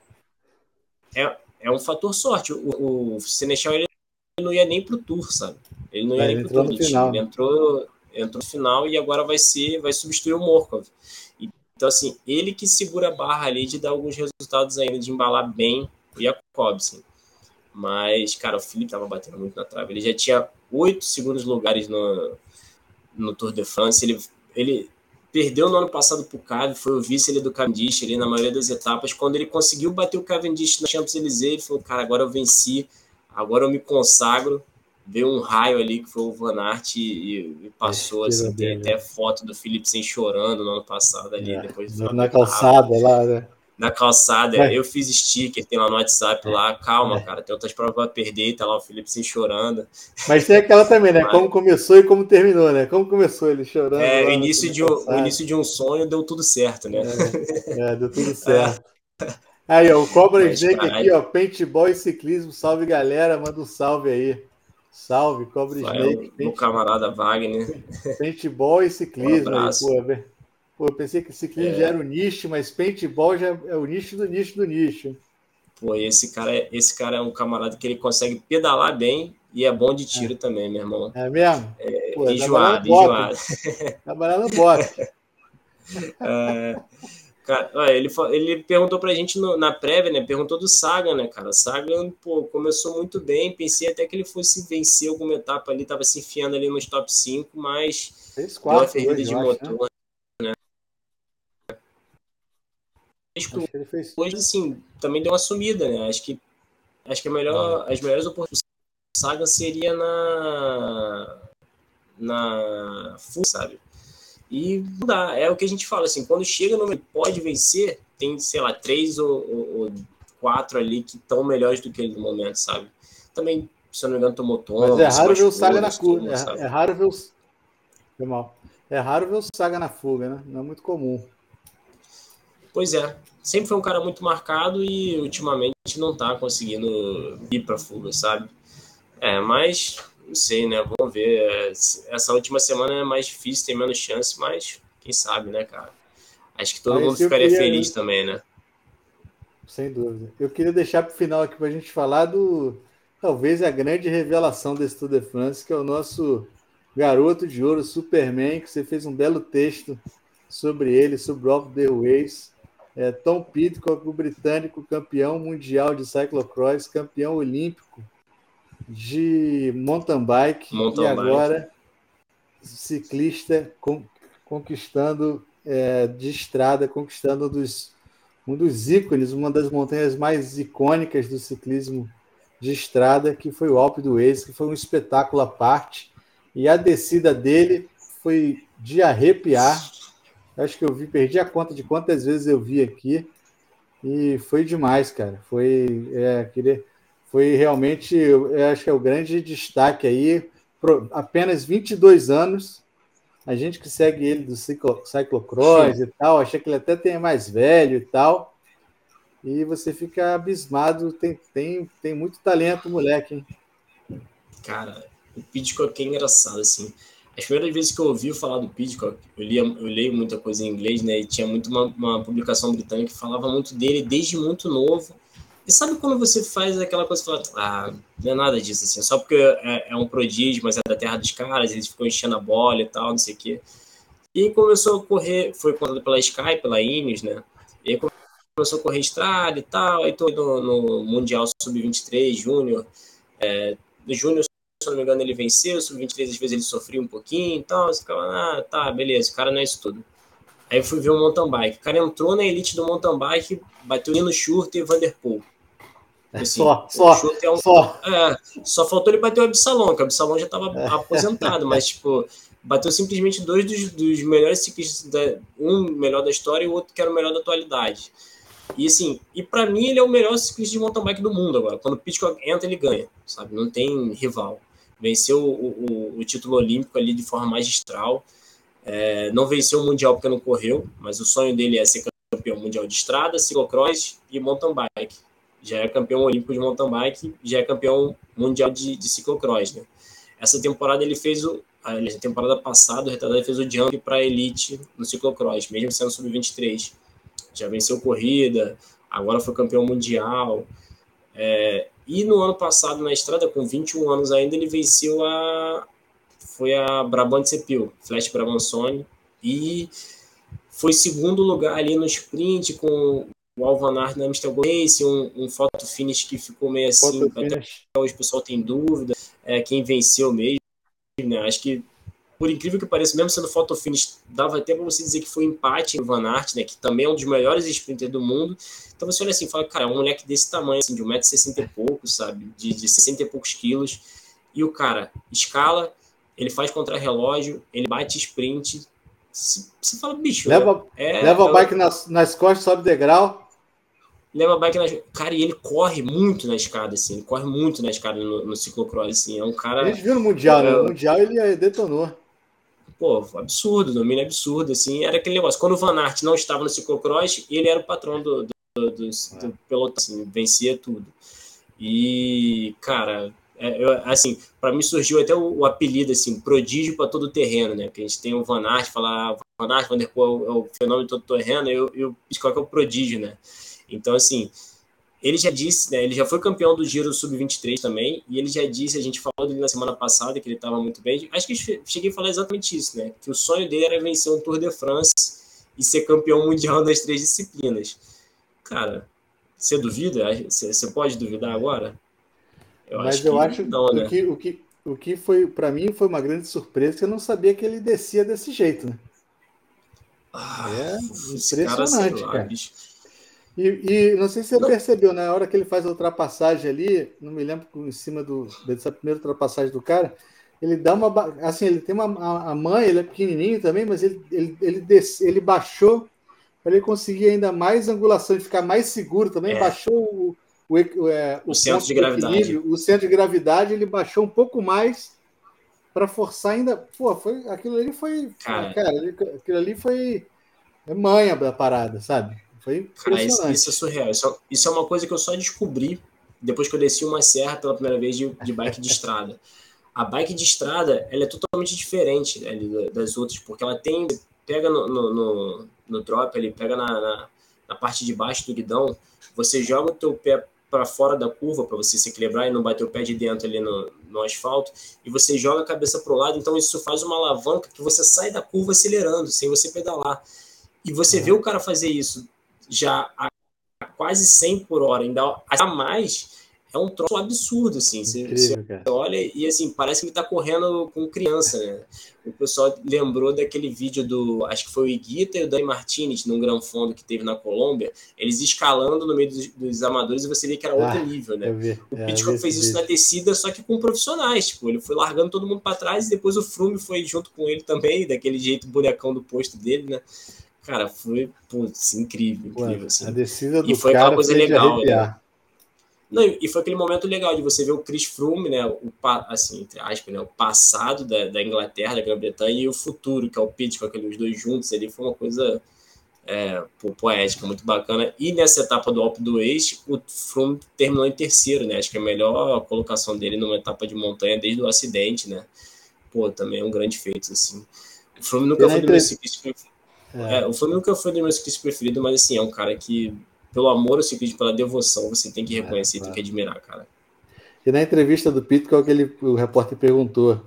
é, é um fator sorte. O, o Senechal, ele não ia nem pro Tour, sabe? Ele não ia É, nem ele pro entrou Tour no do time. final, Ele né? entrou, entrou no final e agora vai ser, vai substituir o Morkov. Então, assim, ele que segura a barra ali de dar alguns resultados ainda, de embalar bem o Jacobsen. Mas, cara, o Felipe tava batendo muito na trave. Ele já tinha oito segundos lugares no, no Tour de France. Ele, ele perdeu no ano passado pro Cav, foi o vice ali do Cavendish ali na maioria das etapas. Quando ele conseguiu bater o Cavendish na Champs-Élysées, ele falou, cara, agora eu venci, agora eu me consagro. Veio um raio ali que foi o Van Aert e, e passou, Respira assim, tem dele. até foto do Philipsen chorando no ano passado ali, É. depois Na, falou na que tava calçada lá, né? na calçada. Mas, Eu fiz sticker, tem lá no WhatsApp lá, calma, cara, tem outras provas pra perder, tá lá o Philipsen chorando. mas tem aquela também, né? Mas, Como começou e como terminou, né? Como começou ele chorando é, o lá na, início, na de um, o calçada. início de um sonho deu tudo certo, né? É, é, deu tudo certo. Aí, ó, o Cobra Mas, Snake aqui, caralho, ó, paintball e ciclismo. Salve, galera. Manda um salve aí. Salve, Cobra é Snake, o meu paint, camarada Wagner, paintball e um ciclismo aí. abraço. Pô, velho. Pô, eu pensei que ciclismo já era o nicho, mas paintball já é o nicho do nicho do nicho. Pô, esse cara, é- esse cara é um camarada que ele consegue pedalar bem e é bom de tiro É, também, meu irmão. é mesmo? É, Pô, trabalhar no enjoado, boxe. enjoado. Trabalhar no boxe. Cara, olha, ele, fa- ele perguntou pra gente no- na prévia, né? Perguntou do Sagan, né, cara? Sagan, pô, começou muito bem. Pensei até que ele fosse vencer alguma etapa ali, tava se enfiando ali nos top cinco, mas Fez deu a quarto ferida hoje, de eu acho, né? motor. Acho que ele fez. Hoje, assim, também deu uma sumida, né? Acho que, acho que a É, melhor, as melhores oportunidades do Sagan seria na, na full, sabe? E não dá, é o que a gente fala, assim, quando chega no pode vencer, tem, sei lá, três ou, ou, ou quatro ali que estão melhores do que ele no momento, sabe? Também, se eu não me engano, tomou mas é tombo, se raro ver o machucou Saga na nas curva. turmas, É, sabe? é raro ver o. Foi mal. É raro ver o Saga na fuga, né? Não é muito comum. Pois é, sempre foi um cara muito marcado e ultimamente não tá conseguindo ir pra fuga, sabe? É, mas não sei, né? Vamos ver. Essa última semana é mais difícil, tem menos chance, mas quem sabe, né, cara? Acho que todo mundo Mas eu ficaria queria, feliz também, né? sem dúvida, eu queria deixar para o final aqui para a gente falar do, talvez a grande revelação desse Tour de France, que é o nosso garoto de ouro, Superman, que você fez um belo texto sobre ele, sobre o Off the Ways. É, Tom Pidcock, o britânico campeão mundial de cyclocross, campeão olímpico de mountain bike e Mountain bike. agora ciclista con conquistando é, de estrada, conquistando um dos, um dos ícones, uma das montanhas mais icônicas do ciclismo de estrada, que foi o Alpe d'Huez, que foi um espetáculo à parte. E a descida dele foi de arrepiar. Acho que eu vi, perdi a conta de quantas vezes eu vi aqui. E foi demais, cara. Foi, é, querer, foi realmente, eu acho que é o grande destaque aí. Pro, apenas vinte e dois anos. A gente que segue ele do ciclo, cyclocross e tal, acha que ele até tem mais velho e tal. E você fica abismado. Tem, tem, tem muito talento, moleque, hein? Cara, o Pidcock é engraçado, assim. As primeiras vezes que eu ouvi falar do Pidcock, eu, lia, eu leio muita coisa em inglês, né? E tinha muito uma, uma publicação britânica que falava muito dele desde muito novo. E sabe quando você faz aquela coisa e fala, ah, não é nada disso, assim, só porque é, é um prodígio, mas é da terra dos caras, eles ficam enchendo a bola e tal, não sei o quê. E começou a correr, foi contado pela Sky, pela Ineos, né? E aí começou a correr estrada e tal, aí tô no, no Mundial sub vinte e três, Júnior, é, do Júnior, se não me engano, ele venceu, sub vinte e três às vezes ele sofria um pouquinho e tal, você ficava, ah, tá, beleza, o cara não é isso tudo. Aí eu fui ver o mountain bike. O cara entrou na elite do mountain bike, bateu no Schurter e Van der Poel. Assim, só, só, é um, só. É, só faltou ele bater o Absalom, que o Absalom já estava aposentado, mas, tipo, bateu simplesmente dois dos, dos melhores ciclistas, da, um melhor da história e o outro que era o melhor da atualidade. E, assim, e para mim ele é o melhor ciclista de mountain bike do mundo agora. Quando o Pidcock entra, ele ganha, sabe? Não tem rival. Venceu o, o, o título olímpico ali de forma magistral. É, não venceu o Mundial porque não correu, mas o sonho dele é ser campeão mundial de estrada, ciclocross e mountain bike. Já é campeão olímpico de mountain bike, já é campeão mundial de, de ciclocross, né? Essa temporada ele fez o... A temporada passada, o retardado, ele fez o jump para a elite no ciclocross, mesmo sendo sub vinte e três. Já venceu corrida, agora foi campeão mundial. É, e no ano passado, na estrada, com vinte e um anos ainda, ele venceu a... Foi a Brabant Cepil, Flash Brabançone, e foi segundo lugar ali no sprint com o Alvanar na Amstel Gold Race, um, um photo finish que ficou meio assim, Photo até finish. hoje o pessoal tem dúvida, é, quem venceu mesmo, né? Acho que, por incrível que pareça, mesmo sendo photo finish, dava até para você dizer que foi empate em Van Aert, né, que também é um dos melhores sprinters do mundo. Então você olha assim e fala, cara, um moleque desse tamanho, assim, de um metro e sessenta e pouco, sabe, de, de sessenta e poucos quilos, e o cara escala, ele faz contra-relógio, ele bate sprint. Você fala, bicho, Leva, é, leva o é, bike nas, nas costas, sobe degrau. Leva bike na... Cara, e ele corre muito na escada, assim. Ele corre muito na escada no, no ciclocross, assim. É um cara... A gente viu no Mundial, né? No Mundial ele detonou. Pô, absurdo, domínio absurdo, assim. Era aquele negócio. Quando o Van Aert não estava no ciclocross, ele era o patrão do, do, do, do pelotão, assim. Vencia tudo. E, cara... É, eu, assim, para mim surgiu até o, o apelido, assim, prodígio para todo terreno, né? Porque a gente tem o Van Aert, falar Van Aert, Van der Poel é o, é o fenômeno de todo terreno, e o, e o Pidcock é o prodígio, né? Então, assim, ele já disse, né? Ele já foi campeão do Giro sub vinte e três também, e ele já disse, a gente falou dele na semana passada, que ele estava muito bem. Acho que eu cheguei a falar exatamente isso, né? Que o sonho dele era vencer um Tour de France e ser campeão mundial das três disciplinas. Cara, você duvida? Você, você pode duvidar agora? Eu Mas acho eu que acho não, né? que o que o que foi para mim foi uma grande surpresa, que eu não sabia que ele descia desse jeito, né? Ah, é impressionante, cara. cara. E, e não sei se você não. percebeu, na hora que ele faz a ultrapassagem ali, não me lembro em cima do, dessa primeira ultrapassagem do cara, ele dá uma, assim, ele tem uma a, a mãe, ele é pequenininho também, mas ele ele ele, desce, ele baixou para ele conseguir ainda mais angulação e ficar mais seguro também, é. baixou o O, é, o, o centro de gravidade. O centro de gravidade ele baixou um pouco mais para forçar ainda. Pô, foi, aquilo ali foi. Cara, cara aquilo ali foi manha da parada, sabe? Foi impressionante. Cara, isso, isso é surreal. Isso, isso é uma coisa que eu só descobri depois que eu desci uma serra pela primeira vez de, de bike de estrada. A bike de estrada ela é totalmente diferente, né, das outras, porque ela tem. Pega no, no, no, no drop, ele pega na, na, na parte de baixo do guidão, você joga o teu pé para fora da curva, para você se equilibrar e não bater o pé de dentro ali no, no asfalto, e você joga a cabeça para o lado, então isso faz uma alavanca que você sai da curva acelerando, sem você pedalar. E você uhum. vê o cara fazer isso já a, a quase cem por hora, ainda a mais, é um troço absurdo, assim. Incrível, você, você olha e, assim, parece que ele tá correndo com criança, né? O pessoal lembrou daquele vídeo do, acho que foi o Higuita e o Dani Martinez, num Gran Fondo que teve na Colômbia, eles escalando no meio dos, dos amadores e você vê que era outro ah, nível, né? Vi, o Pidcock fez isso vídeo. na descida, só que com profissionais, tipo, ele foi largando todo mundo para trás e depois o Froome foi junto com ele também, daquele jeito bonecão do posto dele, né? Cara, foi, putz, incrível, incrível, assim. A descida do e foi cara aquela coisa legal, arrepiar. né? Não, e foi aquele momento legal de você ver o Chris Froome, né, o, assim, entre aspas, né, o passado da, da Inglaterra, da Grã-Bretanha, e o futuro, que é o Pidcock, aqueles dois juntos ali, foi uma coisa é, poética, muito bacana. E nessa etapa do Alpe d'Huez, o Froome terminou em terceiro, né, acho que é a melhor colocação dele numa etapa de montanha desde o acidente, né, pô, também é um grande feito, assim. O Froome nunca foi do meu ciclista preferido, é. É, o Froome nunca foi do meu ciclista preferido, mas, assim, é um cara que pelo amor ao ciclismo, pela devoção, você tem que reconhecer, é, claro. Tem que admirar, cara. E na entrevista do Pidcock, ele, o repórter perguntou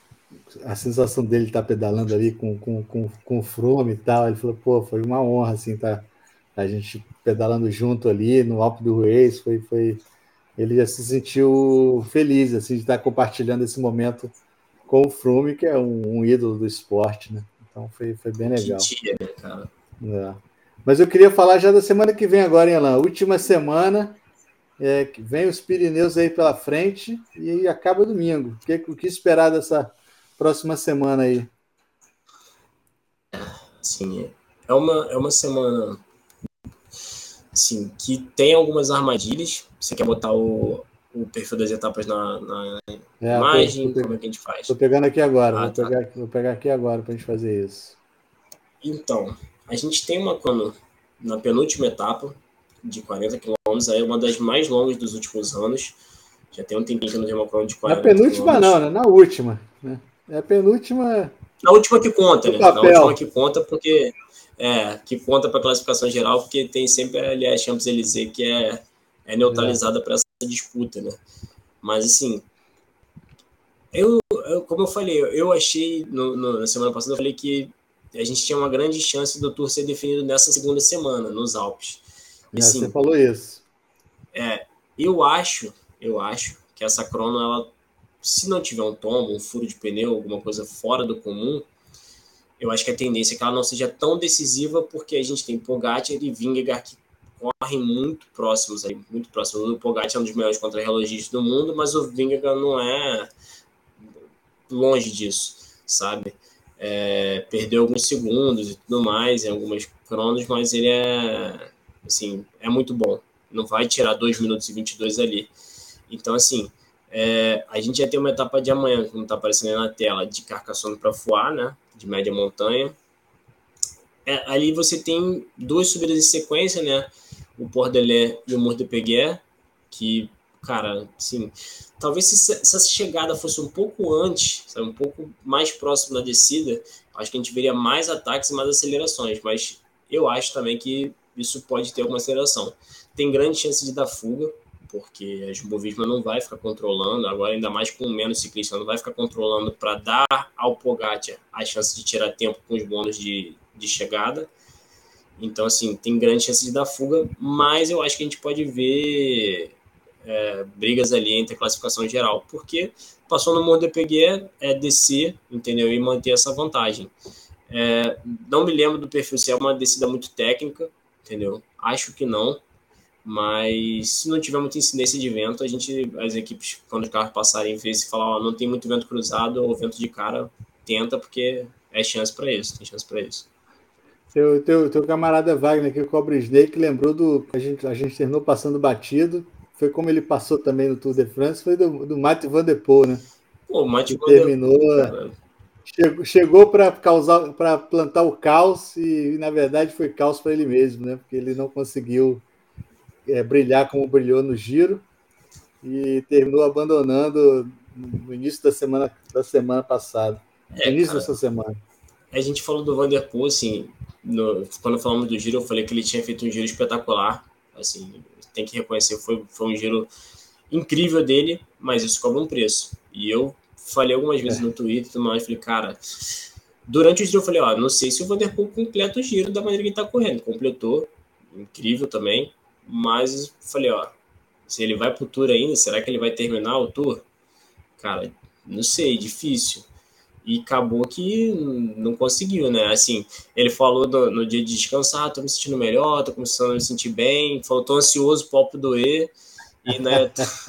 a sensação dele estar pedalando ali com, com, com, com o Froome e tal. Ele falou, pô, foi uma honra, assim, tá, a gente pedalando junto ali no Alpe d'Huez, foi, foi... Ele já se sentiu feliz, assim, de estar compartilhando esse momento com o Froome, que é um, um ídolo do esporte, né? Então foi, foi bem legal. Que dia, né, cara? É. Mas eu queria falar já da semana que vem agora, hein, Alan? Última semana, é, que vem os Pirineus aí pela frente e acaba domingo. O que, o que esperar dessa próxima semana aí? Sim, é uma, é uma semana assim, que tem algumas armadilhas. Você quer botar o, o perfil das etapas na, na É, imagem? tô, tô, como é que a gente faz? Tô pegando aqui agora, ah, vou, tá. pegar, vou pegar aqui agora para a gente fazer isso. Então, a gente tem uma crono na penúltima etapa, de quarenta quilômetros, aí é uma das mais longas dos últimos anos. Já tem um tempinho que não tem uma crono de quarenta quilômetros. Na penúltima não, né? Na última. Né? É a penúltima... Na última que conta, né? Papel. Na última que conta, porque... É, que conta para a classificação geral, porque tem sempre ali a Champs-Élysées que é, é neutralizada é. para essa disputa, né? Mas, assim, eu, eu, como eu falei, eu achei, no, no, na semana passada, eu falei que a gente tinha uma grande chance do Tour ser definido nessa segunda semana, nos Alpes. E, assim, você falou isso. É, eu acho, eu acho que essa crono, ela, se não tiver um tombo, um furo de pneu, alguma coisa fora do comum, eu acho que a tendência é que ela não seja tão decisiva, porque a gente tem Pogacar e Vingegaard que correm muito próximos, aí, muito próximos. O Pogacar é um dos melhores contrarrelogistas do mundo, mas o Vingegaard não é longe disso, sabe? É, perdeu alguns segundos e tudo mais em algumas cronos, mas ele é, assim, é muito bom. Não vai tirar dois minutos e vinte e dois ali. Então, assim, é, a gente já tem uma etapa de amanhã, como está aparecendo aí na tela, de Carcassonne para Foix, né? De média montanha. É, ali você tem duas subidas em sequência, né? O Port de Lé e o Mur de Péguer, que, cara, assim, talvez se, se essa chegada fosse um pouco antes, sabe, um pouco mais próximo da descida, acho que a gente veria mais ataques e mais acelerações, mas eu acho também que isso pode ter alguma aceleração. Tem grande chance de dar fuga, porque a Jumbo-Visma não vai ficar controlando, agora ainda mais com menos ciclista, não vai ficar controlando para dar ao Pogacar a chance de tirar tempo com os bônus de, de chegada. Então, assim, tem grande chance de dar fuga, mas eu acho que a gente pode ver é, brigas ali entre a classificação geral, porque passou no Mont de Péguer é descer, entendeu? E manter essa vantagem. É, não me lembro do perfil se é uma descida muito técnica, entendeu? Acho que não. Mas se não tiver muita incidência de vento, a gente, as equipes, quando os carros passarem, ver se falar, ó, não tem muito vento cruzado ou vento de cara, tenta, porque é chance para isso, tem chance para isso. Teu, teu, teu camarada Wagner, que cobre Snake, lembrou do. A gente, a gente terminou passando batido. Foi como ele passou também no Tour de France, foi do, do Mathieu Van Der Poel, né? Pô, o Mathieu Van Der Poel terminou. Chegou, chegou para causar, para plantar o caos e, e, na verdade, foi caos para ele mesmo, né? Porque ele não conseguiu É, brilhar como brilhou no Giro e terminou abandonando no início da semana, da semana passada. É, no início cara, dessa semana. A gente falou do Van Der Poel, assim, no, quando falamos do Giro, eu falei que ele tinha feito um giro espetacular, assim, tem que reconhecer, foi, foi um giro incrível dele, mas isso cobra um preço. E eu falei algumas vezes é. no Twitter e tudo mais, falei, cara, durante o giro eu falei, ó, não sei se o Van Der Poel completa o giro da maneira que ele tá correndo, completou, incrível também, mas falei, ó, se ele vai pro Tour ainda, será que ele vai terminar o Tour? Cara, não sei, difícil. E acabou que não conseguiu, né? Assim, ele falou do, no dia de descansar, ah, tô me sentindo melhor, tô começando a me sentir bem, falou, tô ansioso, palpo doer. E na,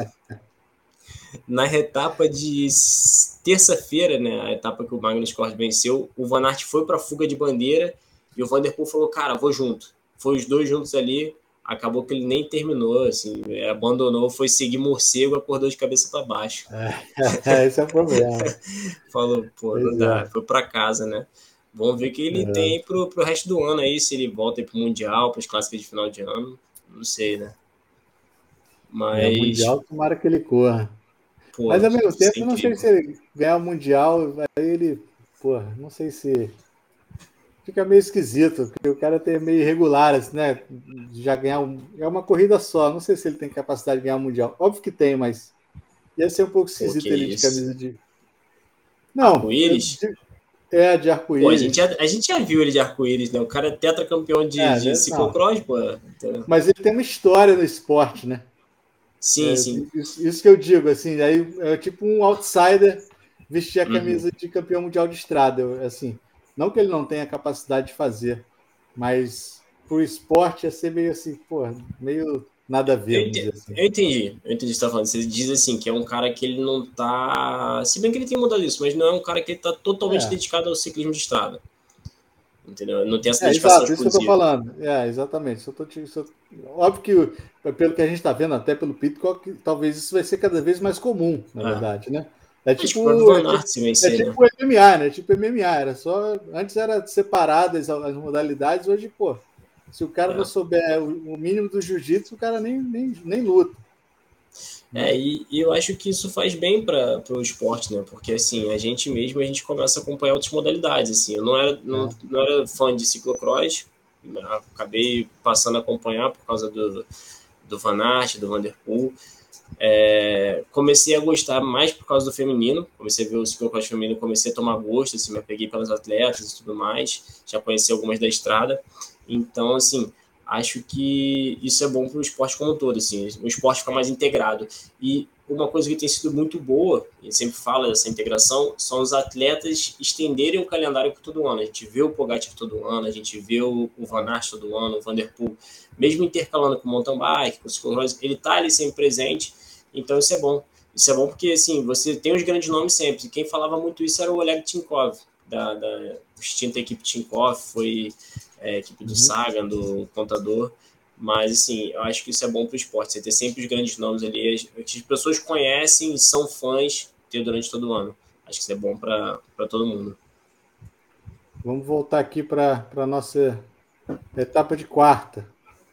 na etapa de terça-feira, né, a etapa que o Magnus Kort venceu, o Van Aert foi pra fuga de bandeira e o Van Der Poel falou, cara, vou junto. Foi os dois juntos ali, acabou que ele nem terminou, assim, abandonou, foi seguir morcego, acordou de cabeça para baixo. É, esse é o problema. Falou, pô, pois não dá, é. Foi para casa, né? Vamos ver o que ele é. tem pro, pro resto do ano aí, se ele volta aí pro Mundial, para as clássicas de final de ano, não sei, né? Mas... É, o Mundial, tomara que ele corra. Pô, mas ao mesmo tempo, eu não sei se ele ganhar o Mundial, aí ele, pô, não sei se... Fica meio esquisito, porque o cara tem meio irregular, assim, né? Já ganhar um, é uma corrida só. Não sei se ele tem capacidade de ganhar o Mundial. Óbvio que tem, mas ia ser um pouco esquisito ele de camisa de. Não. Arco-íris? É, de arco-íris. A gente, já, a gente já viu ele de arco-íris, né? O cara é tetracampeão de, é, de ciclocross, pô. Então... Mas ele tem uma história no esporte, né? Sim, é, sim. Isso, isso que eu digo, assim, aí é tipo um outsider vestir a camisa uhum. de campeão mundial de estrada, assim. Não que ele não tenha capacidade de fazer, mas pro esporte ia ser meio assim, pô, meio nada a ver, Eu vamos entendi, dizer assim. eu entendi, eu entendi o que você tá falando. Você diz assim, que é um cara que ele não tá. Se bem que ele tem mudado isso, mas não é um cara que ele tá totalmente É, dedicado ao ciclismo de estrada. Entendeu? Não tem essa é dedicação exato, isso que eu tô exclusiva. falando. É, exatamente. Isso eu tô te- isso eu- Óbvio que, pelo que a gente está vendo, até pelo Pitcock, talvez isso vai ser cada vez mais comum, na É. verdade, né? É Acho que o próprio tipo, é Van tipo, Aert se é vencer, né? tipo o M M A, né? Tipo M M A, era só. Antes era separadas as modalidades, hoje, pô, se o cara não É. souber o o mínimo do jiu-jitsu, o cara nem, nem, nem luta, É, né? e, e eu acho que isso faz bem para o esporte, né? Porque assim, a gente mesmo a gente começa a acompanhar outras modalidades. Assim, eu não era, não, É. não era fã de ciclocross, acabei passando a acompanhar por causa do, do Van Aert, do Van der Poel. É, comecei a gostar mais por causa do feminino. Comecei a ver o ciclocross feminino, comecei a tomar gosto, assim, me peguei pelas atletas e tudo mais. Já conheci algumas da estrada. Então, assim, acho que isso é bom para o esporte como um todo, assim, o esporte fica mais integrado. E uma coisa que tem sido muito boa, e sempre fala dessa integração, são os atletas estenderem o calendário por todo ano. A gente vê o Pogacar todo ano, a gente vê o, o Van Aert todo ano, o Van der Poel, mesmo intercalando com o mountain bike, com o ciclocross, ele está ali sempre presente, então isso é bom. Isso é bom porque, assim, você tem os grandes nomes sempre. Quem falava muito isso era o Oleg Tinkov, da, da extinta equipe Tinkoff, foi é, equipe do Uhum. Sagan, do Contador. Mas, assim, eu acho que isso é bom para o esporte. Você ter sempre os grandes nomes ali, as, as pessoas conhecem e são fãs ter durante todo o ano. Acho que isso é bom para todo mundo. Vamos voltar aqui para a nossa etapa de quarta,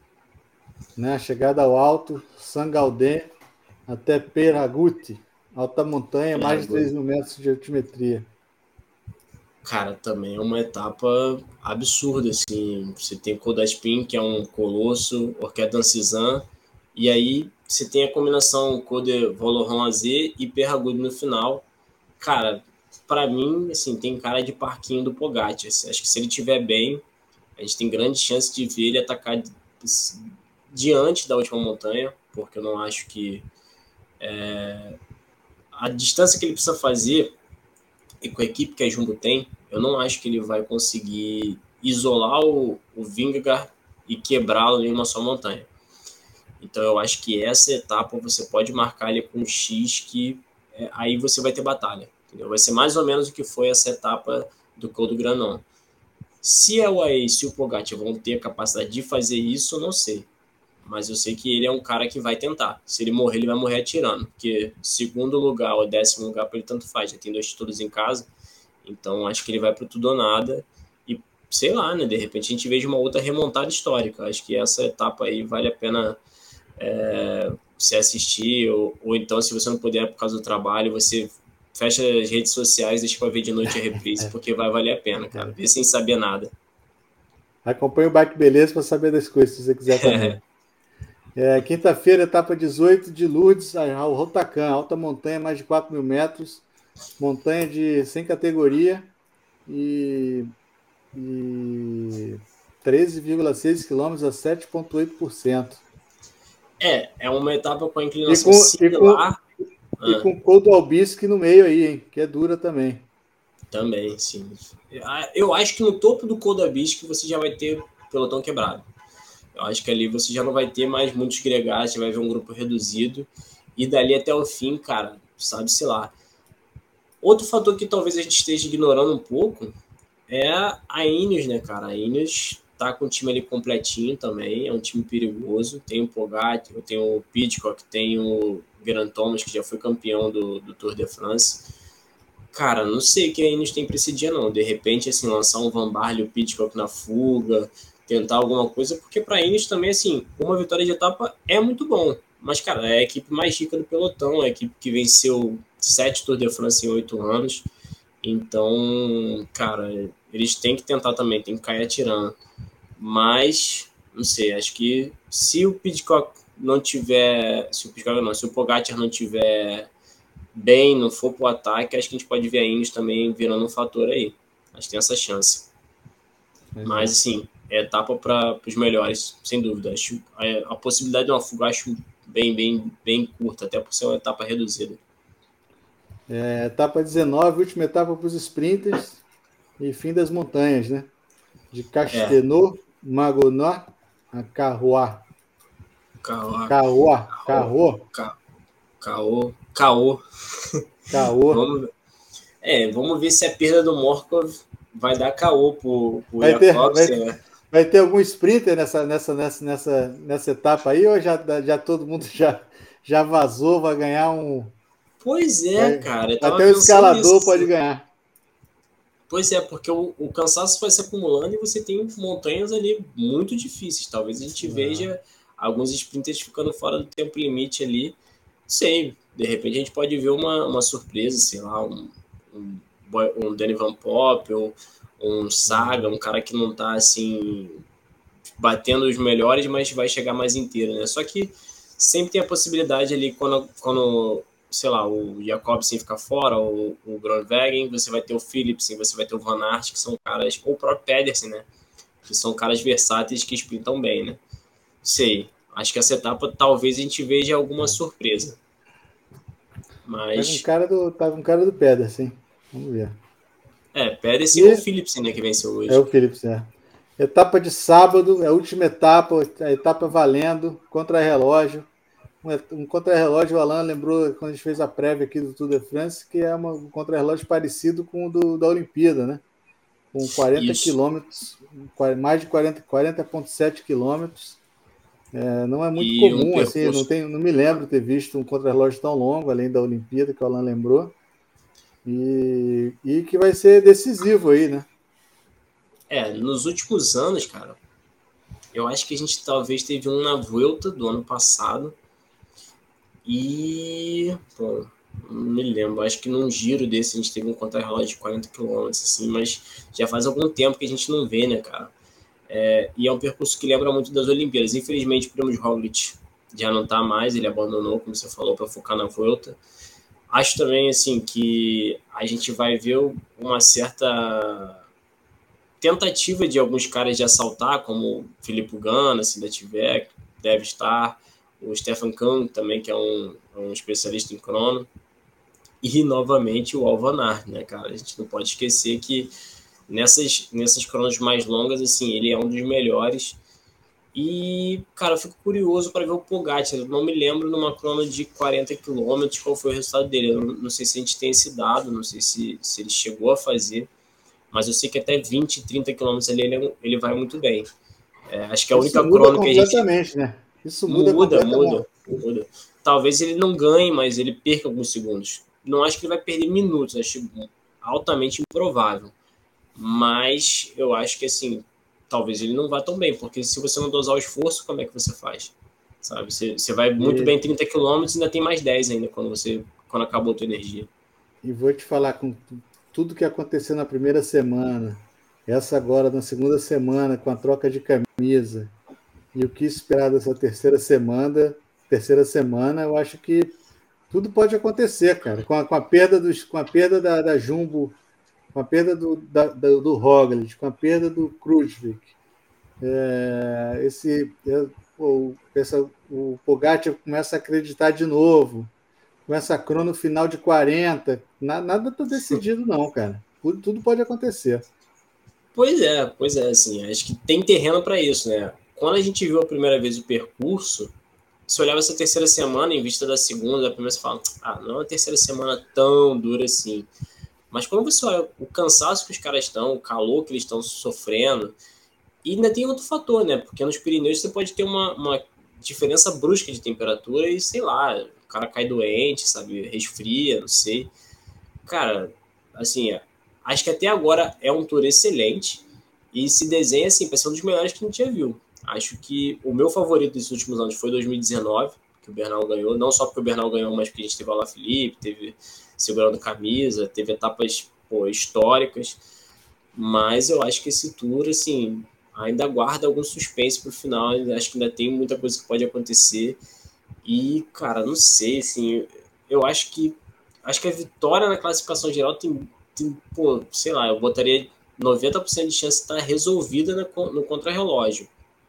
né? Chegada ao alto, Sangaldé até Peraguti, alta montanha, É, mais de agora, três mil metros de altimetria. cara, também é uma etapa absurda, assim. Você tem Kodaspin, que é um colosso, Orquedan Cizan, e aí você tem a combinação Code Voloron A Z e Perragudo no final. Cara, para mim, assim, tem cara de parquinho do Pogacar. Assim, acho que se ele estiver bem, a gente tem grande chance de ver ele atacar diante da última montanha, porque eu não acho que a distância que ele precisa fazer e com a equipe que a Jumbo tem, eu não acho que ele vai conseguir isolar o, o Vingegaard e quebrá-lo em uma só montanha. Então eu acho que essa etapa você pode marcar ele com um X que é, aí você vai ter batalha. Entendeu? Vai ser mais ou menos o que foi essa etapa do Col do Granon. Se a U A E e se o Pogacar vão ter a capacidade de fazer isso, eu não sei. Mas eu sei que ele é um cara que vai tentar. Se ele morrer, ele vai morrer atirando. Porque segundo lugar ou décimo lugar para ele tanto faz. Já tem dois títulos em casa. Então acho que ele vai para tudo ou nada. E sei lá, né? De repente a gente veja uma outra remontada histórica. Acho que essa etapa aí vale a pena é, você assistir. Ou, ou então, se você não puder por causa do trabalho, você fecha as redes sociais, deixa para ver de noite a reprise, porque vai valer a pena, cara. Ver sem saber nada. Acompanhe o Bike Beleza para saber das coisas, se você quiser também. É, quinta-feira, etapa dezoito de Lourdes ao Rotacan, alta montanha, mais de quatro mil metros, montanha de sem categoria e, e treze vírgula seis quilômetros a sete vírgula oito por cento. É, é uma etapa com a E inclinação com, e com, similar. e Ah, com Couto Albisque no meio aí, hein, que é dura também. também, sim. Eu acho que no topo do Col da Bisque você já vai ter pelotão quebrado. Eu acho que ali você já não vai ter mais muitos gregários, você vai ver um grupo reduzido. E dali até o fim, cara, sabe-se lá. Outro fator que talvez a gente esteja ignorando um pouco é a Ineos, né, cara? A Ineos tá com o time ali completinho também, é um time perigoso. Tem o Pogacar, tem o Pidcock, tem o Geraint Thomas, que já foi campeão do, do Tour de France. Cara, não sei o que a Ineos tem para esse dia, não. De repente, assim, lançar um Van Barle e o Pidcock na fuga, tentar alguma coisa, porque para a Ineos também, assim, uma vitória de etapa é muito bom. Mas, cara, é a equipe mais rica do pelotão, é a equipe que venceu sete Tour de France em oito anos. Então, cara, eles têm que tentar também, tem que cair atirando. Mas, não sei, acho que se o Pidcock não tiver, se o Pidcock não, se o Pogacar não tiver bem, não for pro ataque, acho que a gente pode ver a Ineos também virando um fator aí. Acho que tem essa chance. Pois Mas, é. assim, é etapa para os melhores, sem dúvida. Acho, a, a possibilidade de uma fuga acho bem, bem, bem curta, até por ser uma etapa reduzida. É, etapa dezenove, última etapa para os sprinters. e fim das montanhas, né? De Castelnau, Magonó, a Carroá. Caô. Caoa, Carro, Caô. Caô. Caô. Vamos, é, vamos ver se a perda do Morkov vai dar caô pro, pro Vai ter, vai, Jakobsen, né? vai ter algum sprinter nessa, nessa, nessa, nessa, nessa etapa aí, ou já, já todo mundo já, já vazou, vai ganhar um. Pois é, Vai, cara, eu tava até o pensando nisso. escalador pode ganhar. Pois é, porque o, o cansaço vai se acumulando e você tem montanhas ali muito difíceis. Talvez a gente Ah. veja alguns sprinters ficando fora do tempo limite ali. Não sei, de repente a gente pode ver uma, uma surpresa, sei lá, um, um, um Danny Van Poppel, ou um Saga, um cara que não tá assim batendo os melhores, mas vai chegar mais inteiro, né? Só que sempre tem a possibilidade ali quando, quando sei lá, o Jakobsen ficar fora, ou o Groenewegen, você vai ter o Philipsen, você vai ter o Van Aert, que são caras, ou o próprio Pedersen, né? Que são caras versáteis que sprintam bem, né? Sei, acho que essa etapa talvez a gente veja alguma surpresa. Tá com Mas, cara do, tá com cara do Pedersen. Vamos ver. é, Pedersen ou E Philipsen, né, que venceu é o hoje. Philips, é. Etapa de sábado, é a última etapa, a etapa valendo, contra-relógio. Um, um contra-relógio, o Alan lembrou quando a gente fez a prévia aqui do Tour de France, que é uma, um contra-relógio parecido com o do, da Olimpíada, né? Com quarenta Isso. quilômetros, mais de quarenta, quarenta vírgula sete quilômetros. É, não é muito E um comum, assim, não, percurso. tenho, não me lembro ter visto um contra-relógio tão longo, além da Olimpíada, que o Alan lembrou. E, e que vai ser decisivo aí, né? É, nos últimos anos, cara, eu acho que a gente talvez teve um na Vuelta do ano passado. E, pô, não me lembro, acho que num giro desse a gente teve um contra-relógio de quarenta quilômetros, assim, mas já faz algum tempo que a gente não vê, né, cara? É, e é um percurso que lembra muito das Olimpíadas. Infelizmente, o Primož Roglic já não tá mais, ele abandonou, como você falou, para focar na Vuelta. Acho também, assim, que a gente vai ver uma certa tentativa de alguns caras de assaltar, como o Filipe Ganna, se ainda tiver, deve estar, o Stefan Kung também, que é um, um especialista em crono, e novamente o Wout van Aert, né, cara? A gente não pode esquecer que nessas, nessas cronos mais longas, assim, ele é um dos melhores. E, cara, eu fico curioso para ver o Pogacar. Eu não me lembro numa crono de quarenta quilômetros qual foi o resultado dele. Eu não, não sei se a gente tem esse dado, não sei se, se ele chegou a fazer, mas eu sei que até vinte, trinta quilômetros ali ele, ele vai muito bem. É, acho que a Isso única muda crono que a gente completamente, né? Isso muda muda, completamente. muda, muda. Talvez ele não ganhe, mas ele perca alguns segundos. Não acho que ele vai perder minutos, acho altamente improvável. Mas eu acho que, assim, talvez ele não vá tão bem, porque se você não dosar o esforço, como é que você faz? Sabe? Você, você vai muito E, bem trinta quilômetros e ainda tem mais dez ainda quando, você, quando acabou a tua energia. e vou te falar com tudo que aconteceu na primeira semana, essa agora na segunda semana, com a troca de camisa, e o que esperar dessa terceira semana, terceira semana, eu acho que tudo pode acontecer, cara. Com a, com a perda, dos, com a perda da, da Jumbo, com a perda do, da, do, do Roglic, com a perda do Kruijswijk, é, esse, é, o, essa, o Pogacar começa a acreditar de novo, com essa crono final de quarenta, na, nada está decidido não, cara. Tudo, tudo pode acontecer. Pois é, pois é, assim, acho que tem terreno para isso, né? Quando a gente viu a primeira vez o percurso, se olhava essa terceira semana em vista da segunda, da primeira, você fala, ah, não é uma terceira semana tão dura assim. Mas quando você olha o cansaço que os caras estão, o calor que eles estão sofrendo, e ainda tem outro fator, né? Porque nos Pirineus você pode ter uma, uma diferença brusca de temperatura e, sei lá, o cara cai doente, sabe? Resfria, não sei. Cara, assim, acho que até agora é um tour excelente e se desenha, assim, para ser um dos melhores que a gente já viu. Acho que o meu favorito desses últimos anos foi dois mil e dezenove, que o Bernal ganhou. Não só porque o Bernal ganhou, mas porque a gente teve o Alaphilippe, teve segurando camisa, teve etapas, pô, históricas. Mas eu acho que esse tour, assim, ainda guarda algum suspense pro final. Acho que ainda tem muita coisa que pode acontecer. E, cara, não sei, assim, eu acho que acho que a vitória na classificação geral tem, tem pô, sei lá, eu botaria noventa por cento de chance de estar resolvida no, no contrarrelógio.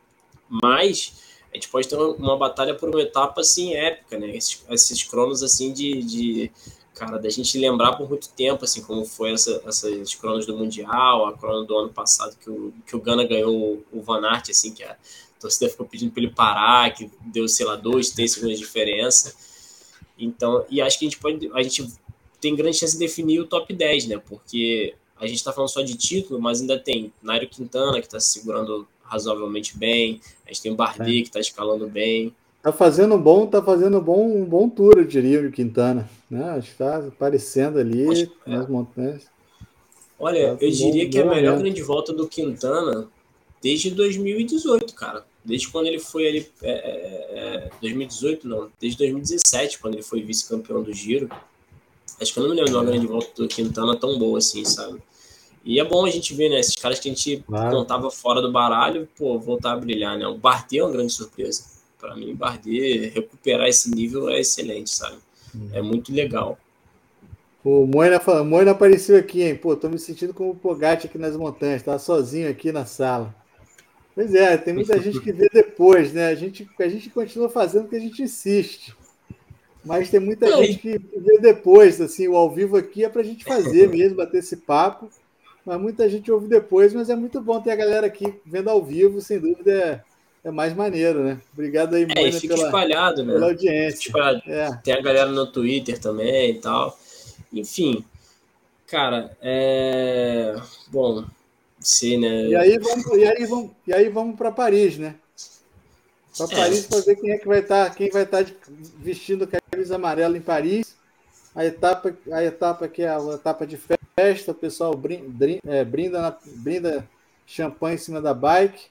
Mas a gente pode ter uma, uma batalha por uma etapa, assim, épica, né? Esses, esses cronos, assim, de, de cara, da gente lembrar por muito tempo, assim, como foi essa, essas cronos do Mundial, a crono do ano passado, que o, que o Ghana ganhou o Van Aert, assim, que a torcida ficou pedindo para ele parar, que deu, sei lá, dois, três segundos de diferença. Então, e acho que a gente pode, a gente tem grande chance de definir o top dez, né? Porque a gente está falando só de título, mas ainda tem Nairo Quintana, que está se segurando razoavelmente bem, a gente tem o Bardet, que está escalando bem. Tá fazendo um bom, tá fazendo um bom, um bom tour, eu diria, o Quintana, né? Acho que tá aparecendo ali Poxa, nas é. montanhas. Olha, Tá eu um bom, diria que é a bom melhor momento. grande volta do Quintana desde dois mil e dezoito, cara. Desde quando ele foi ali. É, é, dois mil e dezoito, não. Desde dois mil e dezessete, quando ele foi vice-campeão do Giro. Acho que eu não me lembro de uma grande volta do Quintana tão boa assim, sabe? E é bom a gente ver, né? Esses caras que a gente Claro. contava fora do baralho, pô, voltar a brilhar, né? O Bardet é uma grande surpresa. Para mim, o Bardet recuperar esse nível é excelente, sabe? É muito legal. O Moina, fala- Moina apareceu aqui, hein? Pô, tô me sentindo como o Pogacar aqui nas montanhas, tá sozinho aqui na sala. Pois é, tem muita gente que vê depois, né? A gente, a gente continua fazendo porque a gente insiste. Mas tem muita gente É, que vê depois, assim, o ao vivo aqui é pra gente fazer mesmo, bater esse papo. Mas muita gente ouve depois, mas é muito bom ter a galera aqui vendo ao vivo, sem dúvida é, é mais maneiro, né? Obrigado aí, é, e Moina, fica pela, espalhado, pela né? Fica audiência. espalhado. É. Tem a galera no Twitter também e tal. Enfim, cara, é. Bom, sei, E né? aí vamos, e aí vamos, e aí vamos para Paris, né? Para É, Paris para ver quem é que vai estar, quem vai estar vestindo camisa amarela em Paris. A etapa, a etapa que é a etapa de festa, o pessoal brinda, é, brinda, na, brinda champanhe em cima da bike.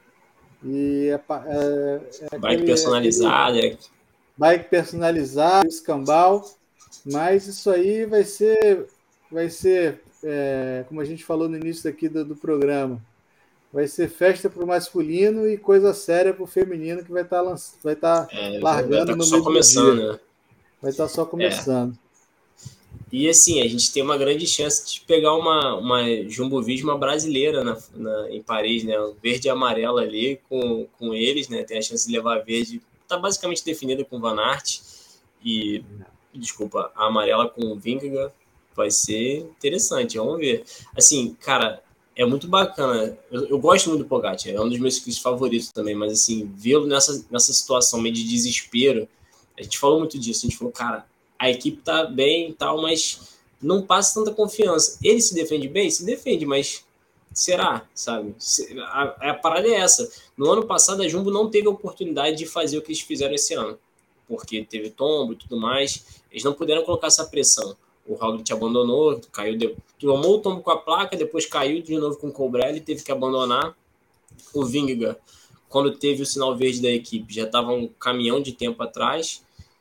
E é, é, é bike aquele, aquele personalizada. É... bike personalizado, escambau. Mas isso aí vai ser, vai ser é, como a gente falou no início aqui do, do programa, vai ser festa para o masculino e coisa séria para o feminino que vai estar tá, vai tá É, vai largando estar no só meio do dia. começando, né? Vai estar tá só É. começando. E assim, a gente tem uma grande chance de pegar uma, uma Jumbo-Visma brasileira na, na, em Paris, né? O verde e amarelo ali com, com eles, né? Tem a chance de levar verde. Está basicamente definida com Van Aert e, desculpa, a amarela com o Vingegaard. Vai ser interessante, vamos ver. Assim, cara, é muito bacana. Eu, eu gosto muito do Pogacar, é um dos meus ciclistas favoritos também, mas assim, vê-lo nessa, nessa situação meio de desespero, a gente falou muito disso, a gente falou, cara, a equipe tá bem e tal, mas não passa tanta confiança. Ele se defende bem? Se defende, mas será, sabe? A, a parada é essa. No ano passado, a Jumbo não teve a oportunidade de fazer o que eles fizeram esse ano, porque teve tombo e tudo mais. Eles não puderam colocar essa pressão. O Roglic abandonou, caiu, de... tomou o tombo com a placa, depois caiu de novo com o Colbrelli, teve que abandonar. O Vingegaard, quando teve o sinal verde da equipe, já estava um caminhão de tempo atrás,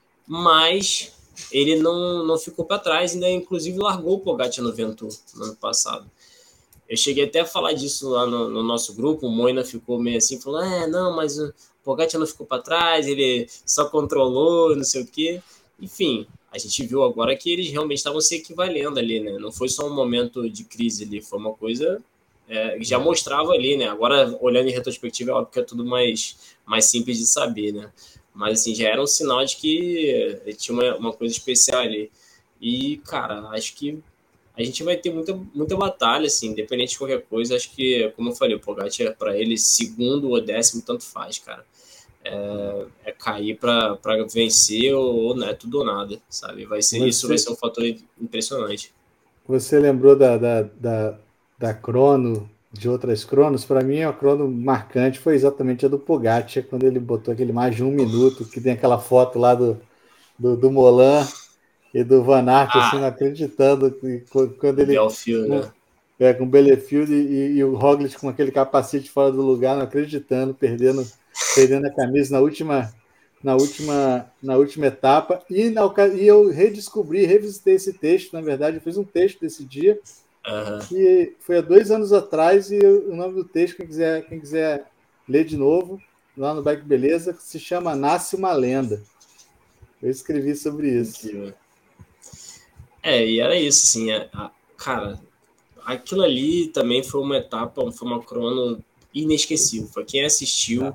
mas ele não, não ficou para trás, ainda inclusive largou o Pogacar no Ventoux no ano passado. Eu cheguei até a falar disso lá no, no nosso grupo, o Moina ficou meio assim, falou, é, não, mas o Pogacar não ficou para trás, ele só controlou, não sei o quê. Enfim, a gente viu agora que eles realmente estavam se equivalendo ali, né? Não foi só um momento de crise ali, foi uma coisa é, que já mostrava ali, né? Agora, olhando em retrospectiva, é óbvio que é tudo mais, mais simples de saber, né? Mas, assim, já era um sinal de que tinha uma, uma coisa especial ali. E, cara, acho que a gente vai ter muita, muita batalha, assim, independente de qualquer coisa. Acho que, como eu falei, o Pogacar, para ele, segundo ou décimo, tanto faz, cara. É, é cair para vencer ou, ou não, é tudo ou nada, sabe? Vai ser, Você, isso vai ser um fator impressionante. você lembrou da, da, da, da crono, de outras cronos? Para mim, a crono marcante foi exatamente a do Pogacar, quando ele botou aquele mais de um minuto, que tem aquela foto lá do, do, do Molan e do Van Aert, assim, não Ah, acreditando, quando o ele... Belfield, Com, né? é, com o Bielefield e, e o Roglic com aquele capacete fora do lugar, não acreditando, perdendo, perdendo a camisa na última, na última, na última etapa. E, na, e eu redescobri, revisitei esse texto, na verdade, eu fiz um texto desse dia, Uhum. que foi há dois anos atrás, e o nome do texto, quem quiser, quem quiser ler de novo, lá no Bike Beleza, se chama Nasce uma Lenda. Eu escrevi sobre isso. Incrível. É, e era isso, assim, a, a, cara, aquilo ali também foi uma etapa, foi uma crono inesquecível. Foi quem assistiu,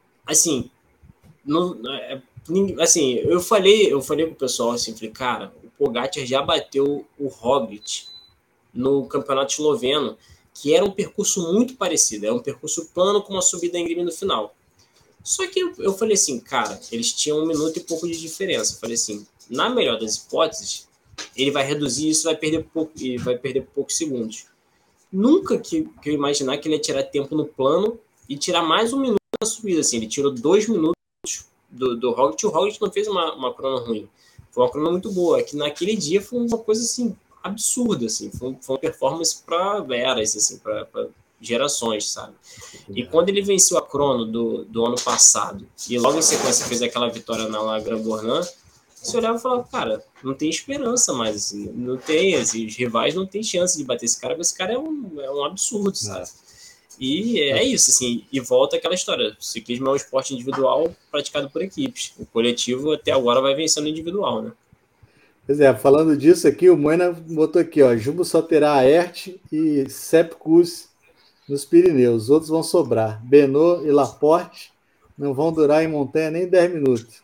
assim, não, é, assim, eu falei, eu falei com o pessoal assim, falei, cara, Pogačar já bateu o Roglič no campeonato esloveno, que era um percurso muito parecido, era um percurso plano com uma subida íngreme no final. Só que eu, eu falei assim, cara, eles tinham um minuto e pouco de diferença. Eu falei assim, na melhor das hipóteses, ele vai reduzir isso, vai perder pouco, e vai perder poucos segundos. Nunca que, que eu imaginar que ele ia tirar tempo no plano e tirar mais um minuto na subida. Assim, ele tirou dois minutos do, do Roglič. O Roglič não fez uma, uma crono ruim. Foi uma crono muito boa. Que naquele dia foi uma coisa assim, absurda. Assim. Foi, foi uma performance para eras, assim, para gerações, sabe? E quando ele venceu a crono do, do ano passado e logo em sequência fez aquela vitória na La Grande Bornand, você olhava e falava, cara, não tem esperança mais, assim, não tem, assim, os rivais não tem chance de bater esse cara, porque esse cara é um, é um absurdo, sabe? E é isso, assim, e volta aquela história, o ciclismo é um esporte individual praticado por equipes, o coletivo até agora vai vencendo o individual, né? Pois é, falando disso aqui, o Moina botou aqui, ó, Jumbo só terá Aert e Sepp Kuss nos Pirineus, os outros vão sobrar, Benoît e Laporte não vão durar em montanha nem dez minutos.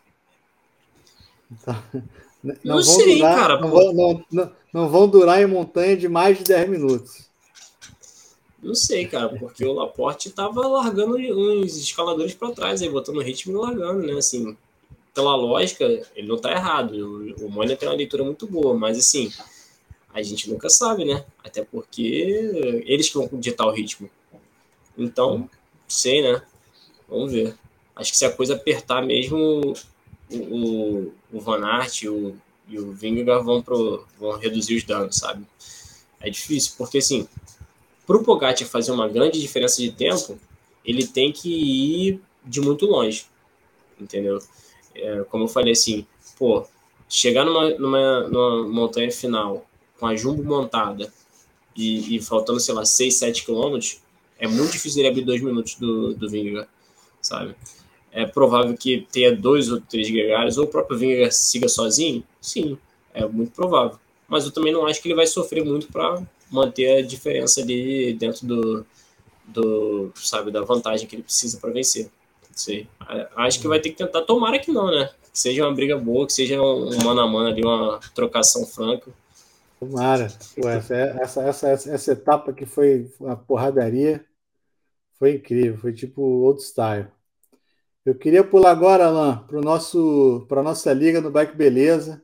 Então, não, não vão sei, durar, cara. Não vão, não, não, não vão durar em montanha de mais de dez minutos. Não sei, cara, porque o Laporte tava largando uns escaladores para trás, aí botando ritmo e largando, né? Assim, pela lógica, ele não tá errado. O, o Moina tem uma leitura muito boa, mas assim, a gente nunca sabe, né? Até porque eles que vão ditar o ritmo. Então, sei, né? Vamos ver. Acho que se a coisa apertar mesmo, o, o, o Van Aert e o, e o Vingegaard vão, pro, vão reduzir os danos, sabe? É difícil, porque assim, para o Pogačar fazer uma grande diferença de tempo, ele tem que ir de muito longe, entendeu? É, como eu falei assim, pô, chegar numa, numa, numa montanha final com a Jumbo montada e, e faltando, sei lá, seis, sete quilômetros, é muito difícil ele abrir dois minutos do, do Vingegaard, sabe? É provável que tenha dois ou três gregários, ou o próprio Vingegaard siga sozinho? Sim, é muito provável. Mas eu também não acho que ele vai sofrer muito para manter a diferença ali dentro do, do, sabe, da vantagem que ele precisa para vencer. Não sei. Acho que vai ter que tentar, tomara que não, né? Que seja uma briga boa, que seja um mano a mano ali, uma trocação franca. Tomara. Pô, essa, essa, essa, essa, essa etapa que foi uma porradaria foi incrível, foi tipo old style. Eu queria pular agora, Alan, para nosso, para nossa liga no Bike Beleza.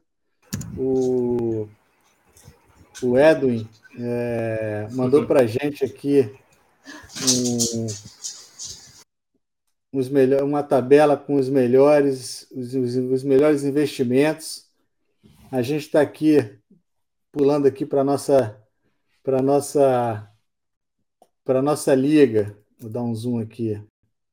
O, o Edwin é, mandou para a gente aqui um, os melhor, uma tabela com os melhores, os, os, os melhores investimentos. A gente está aqui pulando aqui para nossa para nossa para nossa liga. Vou dar um zoom aqui.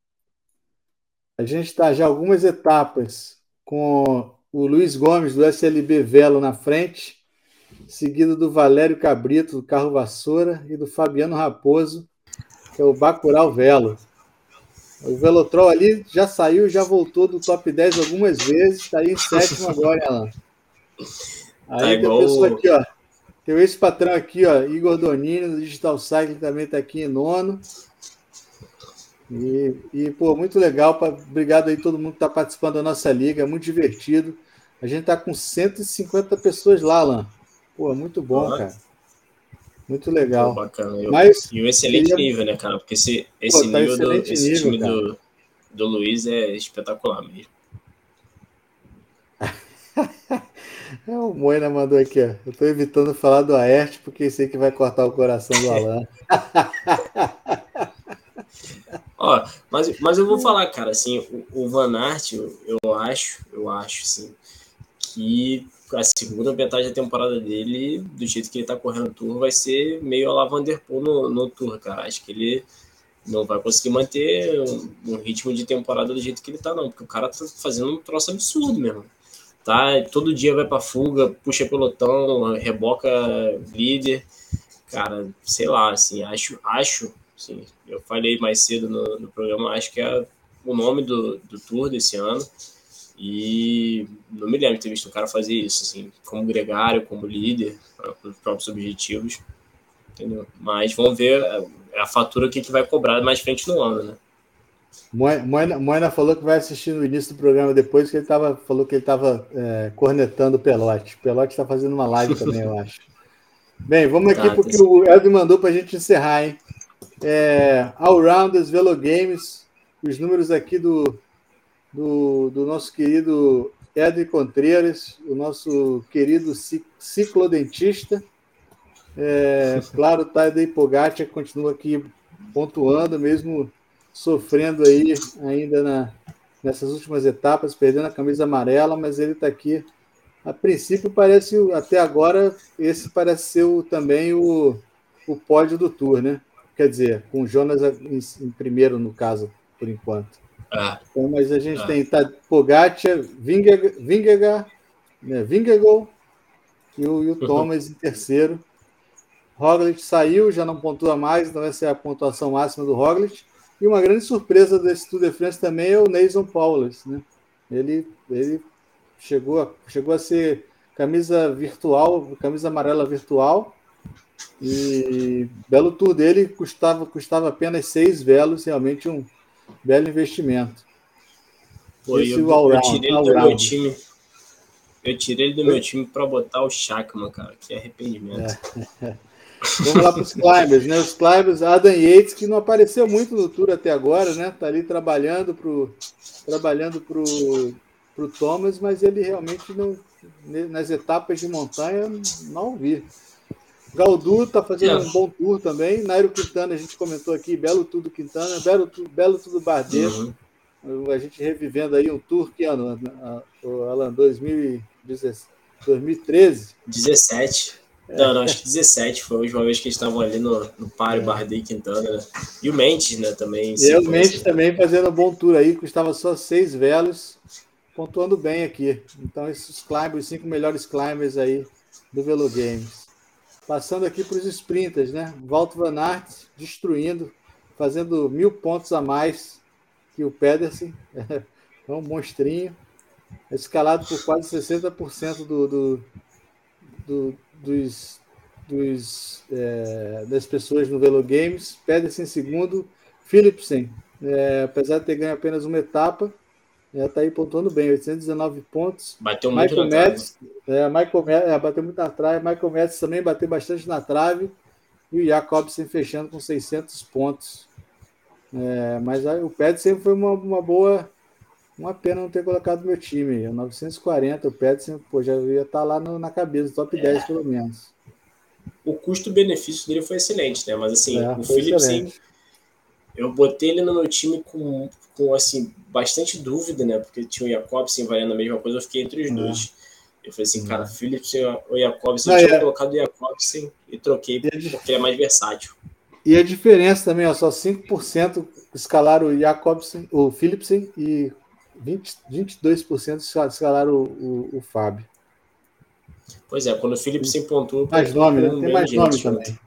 A gente está já algumas etapas com o Luiz Gomes do S L B Velo na frente, seguido do Valério Cabrito do Carro Vassoura e do Fabiano Raposo, que é o Bacurau Velo. O Velotrol ali já saiu, já voltou do top dez algumas vezes, está aí em sétimo agora, Alan. Aí tá tem igual... pessoa aqui, ó. Tem esse patrão aqui, ó, Igor Donini, do Digital Cycling, também está aqui em nono. E, e, pô, muito legal. Pra, obrigado aí todo mundo que está participando da nossa liga, é muito divertido. A gente está com cento e cinquenta pessoas lá, Alan. Pô, muito bom, ah, cara. Muito legal. Pô, bacana. Eu, Mas, e um excelente queria... nível, né, cara? Porque esse, esse pô, tá nível, do, esse nível, time do, do Luiz é espetacular mesmo. É, o Moina mandou aqui, ó. Eu tô evitando falar do Aert porque sei que vai cortar o coração do Alan. Ó, mas, mas eu vou falar, cara, assim, o, o Van Aert, eu, eu acho, eu acho, assim, que a segunda metade da temporada dele, do jeito que ele tá correndo o Tour, vai ser meio a la Van der Poel no, no Tour, cara. Acho que ele não vai conseguir manter um, um ritmo de temporada do jeito que ele tá, não, porque o cara tá fazendo um troço absurdo mesmo. Tá? Todo dia vai pra fuga, puxa pelotão, reboca líder. Cara, sei lá, assim, acho, acho assim, eu falei mais cedo no, no programa, acho que é o nome do, do Tour desse ano. E não me lembro de ter visto um cara fazer isso, assim, como gregário, como líder, para os próprios objetivos, entendeu? Mas vamos ver a, a fatura que, que vai cobrar mais frente no ano, né? Moina, Moina falou que vai assistir no início do programa depois, que ele tava, falou que ele estava é, cornetando o Pelote. O Pelote está fazendo uma live também, eu acho. Bem, vamos aqui Tá, porque tá. o Ed mandou para a gente encerrar, hein? É, Allrounders Velo Games, os números aqui do, do, do nosso querido Ed Contreras, o nosso querido ciclodentista. É, claro, o Tadej Pogacar continua aqui pontuando, mesmo sofrendo aí ainda na, nessas últimas etapas, perdendo a camisa amarela, mas ele está aqui. A princípio, parece, até agora, esse parece ser o, também o, o pódio do Tour, né? Quer dizer, com o Jonas em, em primeiro, no caso, por enquanto. Ah, então, mas a gente ah. tem tá, Pogacar, Vingegaard, né, Vingegaard e o, e o Thomas em terceiro. Roglic saiu, já não pontua mais, então essa é a pontuação máxima do Roglic. E uma grande surpresa desse Tour de France também é o Nason Powless, né? Ele, ele chegou, a, chegou a ser camisa virtual, camisa amarela virtual, e belo Tour dele custava, custava apenas seis velos, realmente um belo investimento. Pô, Esse eu, all eu round, tirei ele all do round. meu time. Eu tirei ele do meu time para botar o Schachmann, cara. Que arrependimento. É. Vamos lá para os climbers, né? Os climbers, Adam Yates, que não apareceu muito no Tour até agora, né? Tá ali trabalhando pro trabalhando pro, pro Thomas, mas ele realmente não nas etapas de montanha não vi. Galdu está fazendo É. um bom tour também. Nairo Quintana, a gente comentou aqui, belo tour do Quintana, belo, belo tour do Bardet. Uhum. A gente revivendo aí um tour que ano, Alan, dois mil e treze? dezessete. Não, não, acho que dezessete foi a última vez que eles estavam ali no, no páreo, é. Bardet e Quintana, né? E o Mendes, né, também. E o Mendes também fazendo um bom tour aí, custava só seis velos, pontuando bem aqui. Então, esses climbers, os cinco melhores climbers aí do Velo Games. Passando aqui para os sprinters, né? Wout van Aert destruindo, fazendo mil pontos a mais que o Pedersen. É um monstrinho. Escalado por quase sessenta por cento do, do, do, dos, dos, é, das pessoas no Velo Games. Pedersen em segundo. Philipsen, é, apesar de ter ganho apenas uma etapa, está aí pontuando bem, oitocentos e dezenove pontos. Bateu muito Michael na Metz, trave. É, Michael Metz, é, bateu muito na trave. Michael Metz também bateu bastante na trave. E o Jacobsen fechando com seiscentos pontos. É, mas aí, o Pedersen foi uma, uma boa... Uma pena não ter colocado no meu time. novecentos e quarenta, o Pedersen, pô, já ia estar lá no, na cabeça, top dez pelo menos. O custo-benefício dele foi excelente, né? Mas assim, é, o Philipsen, eu botei ele no meu time com, com assim, bastante dúvida, né? Porque tinha o Jacobsen valendo a mesma coisa, eu fiquei entre os é. dois. Eu falei assim, cara, Philipsen ou Jacobsen, eu tinha é. colocado o Jacobsen e troquei e porque ele é mais versátil. E a diferença também, ó, só cinco por cento escalaram o Jacobsen, o Philipsen, e vinte, vinte e dois por cento escalaram o, o, o Fábio. Pois é, quando o Philipsen pontua... Mais nome, né? Tem mais nome também.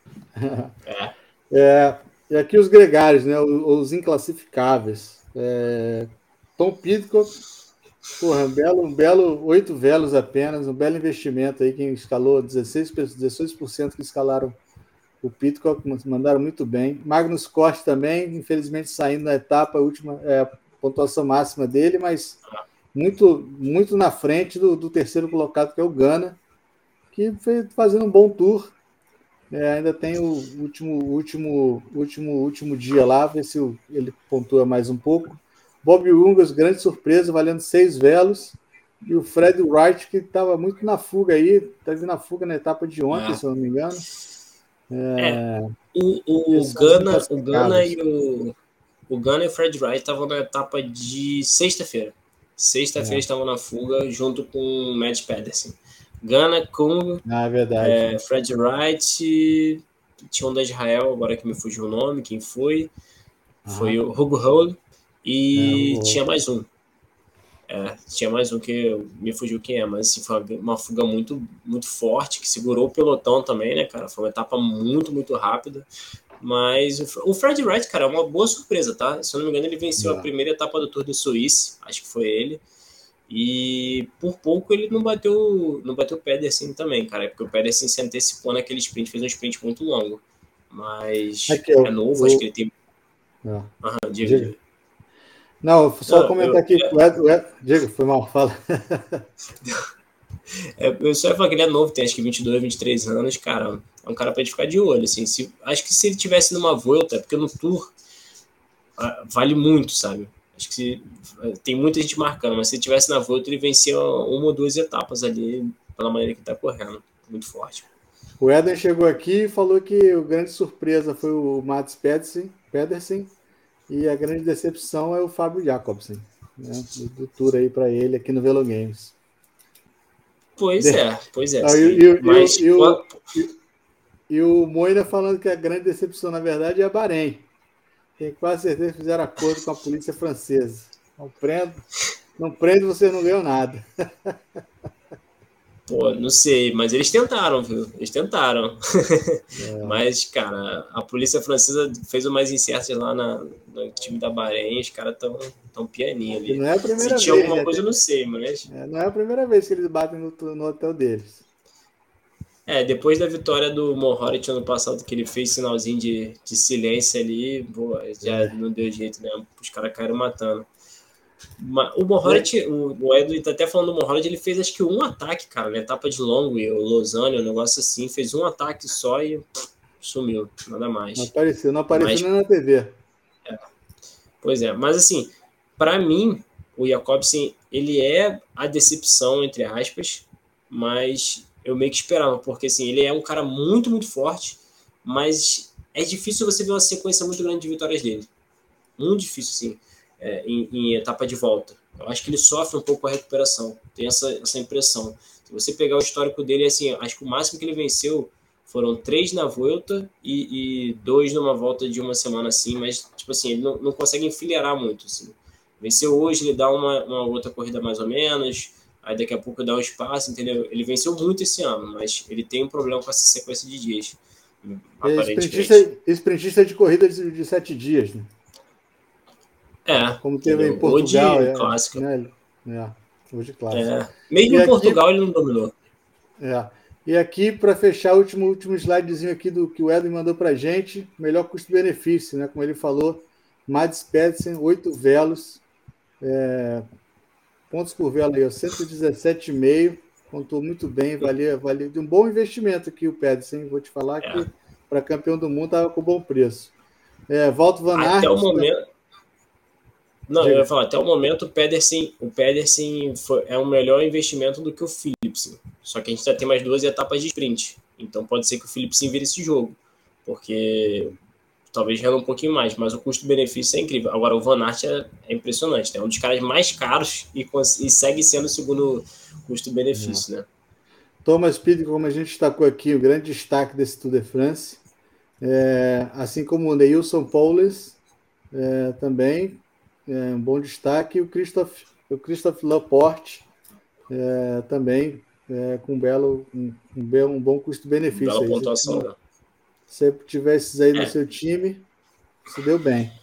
É. é. E aqui os gregários, né? Os, os inclassificáveis. É, Tom Pidcock, porra, um belo, um belo oito velos apenas, um belo investimento aí, quem escalou, dezesseis por cento que escalaram o Pidcock, mandaram muito bem. Magnus Kort também, infelizmente saindo na etapa, a última é, a pontuação máxima dele, mas muito, muito na frente do, do terceiro colocado, que é o Ganna, que foi fazendo um bom tour. É, ainda tem o último, último, último, último dia lá, ver se ele pontua mais um pouco. Bob Jungels, grande surpresa, valendo seis velos. E o Fred Wright, que estava muito na fuga aí, estava na fuga na etapa de ontem, é. se eu não me engano. É, é o, o, Ganna, o Ganna e o, o Ganna e o Fred Wright estavam na etapa de sexta-feira. Sexta-feira é. estavam na fuga junto com o Mads Pedersen. Ganna com ah, verdade. É, Fred Wright, tinha um da Israel, agora que me fugiu o nome, quem foi? Foi ah. o Hugo Hull e é, o... tinha mais um. É, tinha mais um que me fugiu quem é, mas assim, foi uma fuga muito, muito forte, que segurou o pelotão também, né, cara? Foi uma etapa muito, muito rápida. Mas o Fred Wright, cara, é uma boa surpresa, tá? Se eu não me engano, ele venceu é. a primeira etapa do Tour de Suíça, acho que foi ele. E por pouco ele não bateu não bateu o Pedersen também, cara, porque o Pedersen se antecipou naquele sprint, fez um sprint muito longo. Mas Aqui, é eu, novo, eu... acho que ele tem... Uhum, diga, diga. Não, só Não, comentar eu, aqui. O Ed, o Ed, Diego, foi mal, fala. é, eu só ia falar que ele é novo, tem acho que vinte e dois, vinte e três anos, cara. É um cara pra gente ficar de olho, assim. Se, acho que se ele tivesse numa Vuelta, porque no Tour ah, vale muito, sabe? Acho que se, tem muita gente marcando, mas se ele tivesse na Vuelta, ele vencia uma ou duas etapas ali, pela maneira que tá correndo. Muito forte. O Eden chegou aqui e falou que a grande surpresa foi o Mats Pedersen, Pedersen e a grande decepção é o Fábio Jacobsen, né? Do, do tour aí para ele aqui no Velo Games. Pois De... é, pois é, ah, sim. e, e, Mas e, o, e, e o Moina falando que a grande decepção, na verdade, é a Bahrein. Tenho quase certeza que fizeram acordo com a polícia francesa. Não prendo, não prende, você não ganhou nada. pô, não sei, mas eles tentaram, viu? Eles tentaram. É. Mas, cara, a polícia francesa fez umas incertas lá na, no time da Bahrein, os caras tão, tão pianinho E ali. não é a Se primeira tinha vez, alguma né? coisa, eu não sei, mas... É, não é a primeira vez que eles batem no, no hotel deles. É, depois da vitória do Mohoric ano passado, que ele fez sinalzinho de, de silêncio ali, pô, já É. não deu jeito, né? Os caras caíram matando. Mas o É. Mohoric, o, o Edu tá até falando do Mohoric, ele fez acho que um ataque, cara, na etapa de longo, e o Lausanne, um negócio assim, fez um ataque só e pff, sumiu, nada Não mais. apareceu, não apareceu Mas, nem na T V. pois é, mas assim, para mim, o Jakobsen, ele é a decepção, entre aspas, mas eu meio que esperava, porque assim, ele é um cara muito, muito forte, mas é difícil você ver uma sequência muito grande de vitórias dele. Muito difícil, assim, é, em, em etapa de volta. Eu acho que ele sofre um pouco com a recuperação. Tem essa, essa impressão. Se você pegar o histórico dele, assim, acho que o máximo que ele venceu foram três na Vuelta e, e dois numa volta de uma semana, assim, mas, tipo assim, ele não, não consegue enfileirar muito, assim. Venceu hoje, ele dá uma, uma outra corrida mais ou menos, aí daqui a pouco dá um espaço, entendeu? Ele venceu muito esse ano, mas ele tem um problema com essa sequência de dias, É sprintista, aparentemente. sprintista de corrida de, de sete dias, né? É, Como teve em entendeu? Ou Portugal, de é, clássica. né? É, hoje clássico. É. Mesmo E em aqui, Portugal ele não dominou. é, e aqui para fechar o último, último slidezinho aqui do que o Edwin mandou para gente, melhor custo-benefício, né? Como ele falou, Mads Pedersen, oito velos, é, pontos por velo aí, ó, cento e dezessete vírgula cinco, contou muito bem, valia, valia de um bom investimento aqui o Pedersen, vou te falar É. que para campeão do mundo estava com bom preço. É, Walter Van Até o Aert, momento. Não, eu ia diga. falar, até o momento o Pedersen, o Pedersen foi, é um melhor investimento do que o Philipsen. Só que a gente ainda tem mais duas etapas de sprint. Então pode ser que o Philipsen vire esse jogo. Porque talvez renda um pouquinho mais, mas o custo-benefício é incrível. Agora, o Van Aert é, é impressionante, né? É um dos caras mais caros e, e segue sendo o segundo custo-benefício, É. né? Thomas Pitcock, como a gente destacou aqui, o grande destaque desse Tour de France. É, assim como o Neilson Powless, é, também é, um bom destaque. E o Christophe, o Christophe Laporte, é, também é, com um, belo, um, um, belo, um bom custo-benefício. Bela Aí. Se pontuação, né? você tiver esses aí no É. seu time, se deu bem.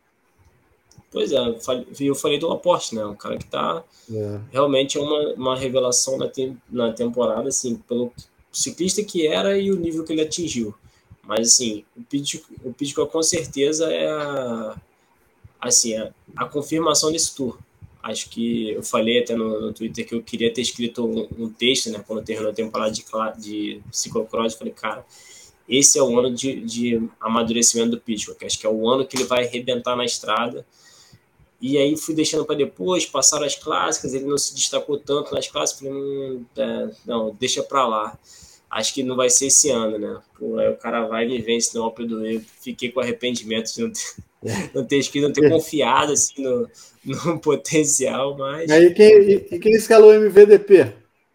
Pois é, eu falei do Laporte, né? Um cara que tá É. realmente é uma, uma revelação na, te, na temporada, assim, pelo ciclista que era e o nível que ele atingiu. Mas, assim, o Pidcock, o Pidcock com certeza é a, assim, a, a confirmação desse tour. Acho que eu falei até no, no Twitter que eu queria ter escrito um, um texto, né? Quando terminou a temporada de, de ciclocross, eu falei, cara, esse é o ano de, de amadurecimento do Pidcock. Acho que é o ano que ele vai arrebentar na estrada. E aí fui deixando para depois, passaram as clássicas, ele não se destacou tanto nas clássicas, falei, hum, é, não, deixa para lá. Acho que não vai ser esse ano, né? Pô, aí o cara vai e me vence no Alpe d'Huez. Fiquei com arrependimento de não ter, não ter escrito, não ter confiado assim, no, no potencial, mas... E quem, e, e quem escalou o M V D P?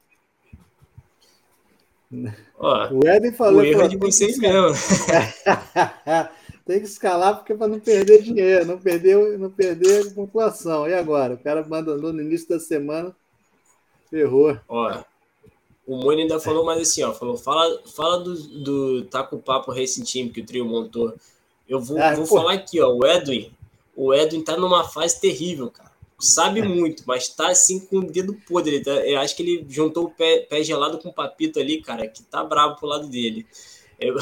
Ó, o Eden falou, o erro falou, é de vocês mesmo. Tem que escalar porque para não perder dinheiro, não perder, não perder pontuação. E agora? O cara abandonou no início da semana, ferrou. Ó, o Moine ainda falou mais assim, ó, falou, fala, fala do, do Taco Papo Racing Team que o trio montou. Eu vou, Ah, vou pô. falar aqui, ó, o Edwin, o Edwin tá numa fase terrível, cara. Sabe muito, mas tá assim com o dedo podre. Tá? Eu acho que ele juntou o pé, pé gelado com o Papito ali, cara, que tá bravo pro lado dele. Eu...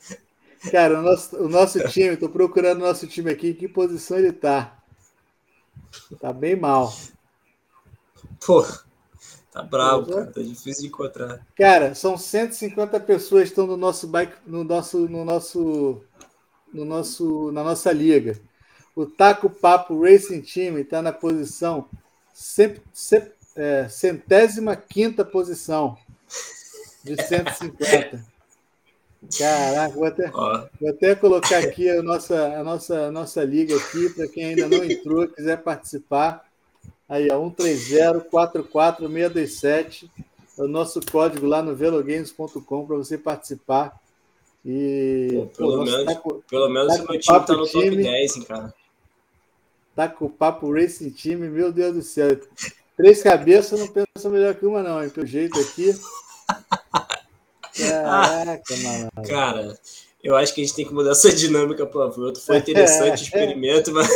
Cara, o nosso, o nosso time, tô procurando o nosso time aqui, em que posição ele tá. Tá bem mal. Pô, tá bravo, cara. Tá difícil de encontrar. Cara, são cento e cinquenta pessoas que estão no nosso bike, no nosso, no nosso, no nosso, na nossa liga. O Taco Papo Racing Team está na posição cent, cent, é, centésima quinta posição de cento e cinquenta. Caraca, vou até, vou até colocar aqui a nossa, a nossa, a nossa liga aqui para quem ainda não entrou, quiser participar. Aí, ó, um três zero quatro quatro seis dois sete, é o nosso código lá no velogames ponto com para você participar. E pô, pelo, pô, menos, taco, pelo menos o meu time está no top dez, hein, cara. Taco Papo Racing Team, meu Deus do céu. Três cabeças não pensam melhor que uma, não, hein? Pelo jeito aqui. Caraca, mano. Cara, eu acho que a gente tem que mudar essa dinâmica, por favor. Foi interessante o experimento, mas.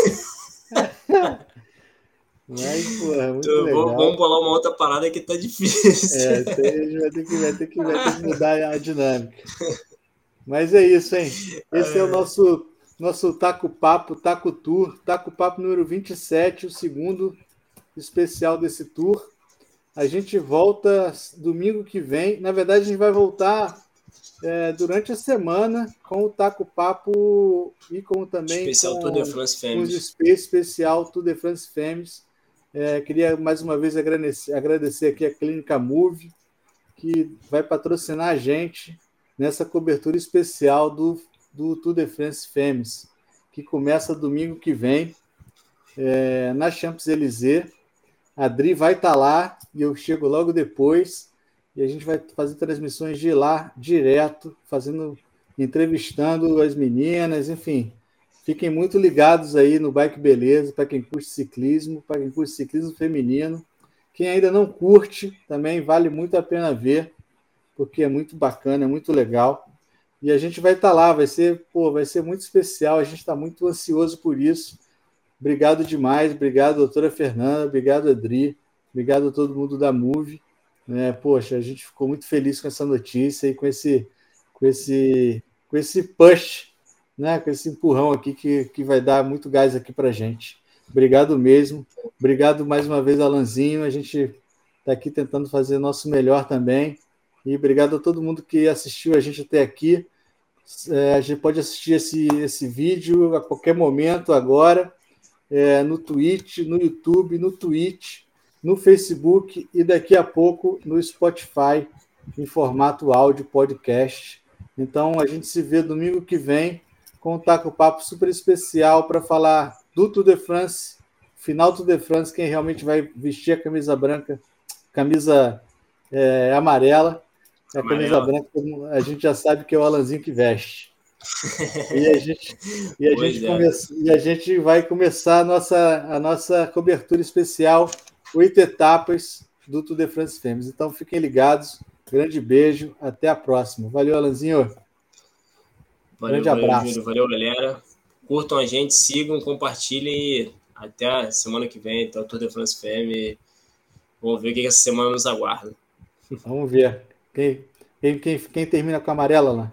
Mas, porra, muito então, legal. Vamos bolar uma outra parada que tá difícil. É, tem, vai, ter que, vai, ter que, vai ter que mudar a dinâmica. Mas é isso, hein? Esse é, é o nosso, nosso Taco Papo, Taco Tour, Taco Papo número vinte e sete, o segundo especial desse tour. A gente volta domingo que vem. Na verdade, a gente vai voltar é, durante a semana com o Taco Papo e com também especial com, Tour de France Femmes. Com o especial Tour de France Femmes. É, queria mais uma vez agradecer, agradecer aqui a Clínica Move, que vai patrocinar a gente nessa cobertura especial do, do Tour de France Femmes, que começa domingo que vem, é, na Champs-Élysées. A Dri vai estar lá e eu chego logo depois e a gente vai fazer transmissões de lá direto, fazendo, entrevistando as meninas, enfim. Fiquem muito ligados aí no Bike Beleza, para quem curte ciclismo, para quem curte ciclismo feminino. Quem ainda não curte, também vale muito a pena ver, porque é muito bacana, é muito legal. E a gente vai estar lá, vai ser, pô, vai ser muito especial, a gente está muito ansioso por isso. Obrigado demais, obrigado, doutora Fernanda, obrigado, Adri, obrigado a todo mundo da Move. É, poxa, a gente ficou muito feliz com essa notícia e com esse, com esse, com esse push, né, com esse empurrão aqui que, que vai dar muito gás aqui para a gente. Obrigado mesmo. Obrigado mais uma vez, Alanzinho. A gente está aqui tentando fazer o nosso melhor também. E obrigado a todo mundo que assistiu a gente até aqui. É, a gente pode assistir esse, esse vídeo a qualquer momento agora, é, no Twitch, no YouTube, no Twitch, no Facebook e daqui a pouco no Spotify, em formato áudio podcast. Então, a gente se vê domingo que vem com um Taco Papo super especial para falar do Tour de France, final do Tour de France, quem realmente vai vestir a camisa branca, camisa é, amarela, a camisa branca, a gente já sabe que é o Alanzinho que veste. E a gente, e a gente, é. come, e a gente vai começar a nossa, a nossa cobertura especial, oito etapas do Tour de France Femmes. Então, fiquem ligados. Grande beijo. Até a próxima. Valeu, Alanzinho. Valeu, Grande valeu, abraço. Júlio. Valeu, galera. Curtam a gente, sigam, compartilhem e até a semana que vem, até o Tour de France Femmes. Vamos ver o que essa semana nos aguarda. Vamos ver. Quem, quem, quem, quem termina com a amarela lá?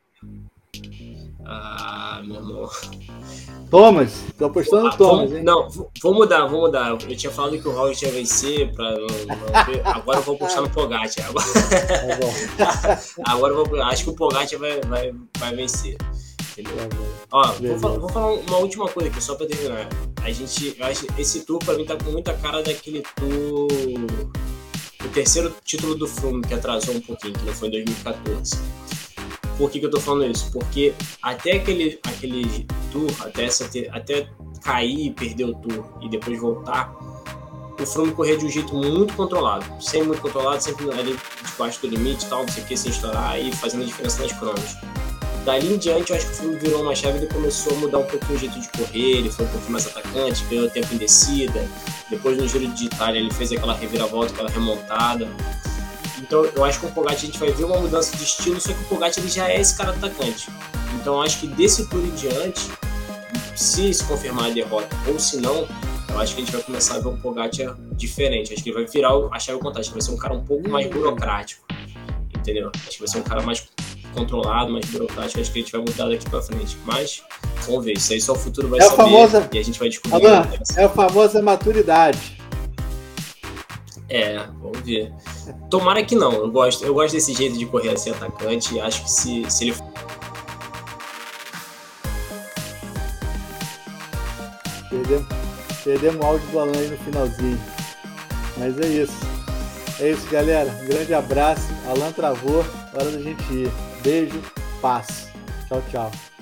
Ah, meu irmão. Thomas, tô apostando no ah, Thomas, vamos, hein? Não, vou mudar, vou mudar. Eu tinha falado que o Roglic ia vencer, pra não, não, agora eu vou puxar no Pogacar. Agora, tá agora eu vou, acho que o Pogacar vai, vai, vai vencer. Entendeu? Ó, vou falar, vou falar uma última coisa aqui, só pra terminar. A gente, eu acho, esse tour pra mim tá com muita cara daquele tour, o terceiro título do Froome, que atrasou um pouquinho, que não foi em dois mil e quatorze. Por que que eu tô falando isso? Porque até aquele, aquele tour, até, essa, até cair e perder o tour e depois voltar, o Froome corria de um jeito muito controlado. Sempre muito controlado, sempre ali debaixo do limite e tal, não sei o que, sem estourar e fazendo a diferença nas cronos. Dali em diante, eu acho que o Froome virou uma chave e ele começou a mudar um pouquinho o jeito de correr, ele foi um pouquinho mais atacante, ganhou tempo em descida. Depois no Giro de Itália ele fez aquela reviravolta, aquela remontada. Então eu acho que com o Pogacar a gente vai ver uma mudança de estilo, só que o Pogacar ele já é esse cara atacante. Então eu acho que desse tour em diante, se se confirmar a derrota ou se não, eu acho que a gente vai começar a ver um Pogacar diferente. Acho que ele vai virar a chave contrária, vai ser um cara um pouco mais burocrático, entendeu? Acho que vai ser um cara mais controlado, mais burocrático, acho que a gente vai mudar daqui pra frente. Mas Vamos ver, isso aí só o futuro vai é saber famosa... e a gente vai descobrir. Alan, é a famosa maturidade. É, vamos ver. Tomara que não, eu gosto, eu gosto desse jeito de correr assim, atacante, e acho que se, se ele... Perdemos, perdemos o áudio do Alan aí no finalzinho. Mas é isso. É isso, galera. Um grande abraço. Alan travou. Hora da gente ir. Beijo, paz. Tchau, tchau.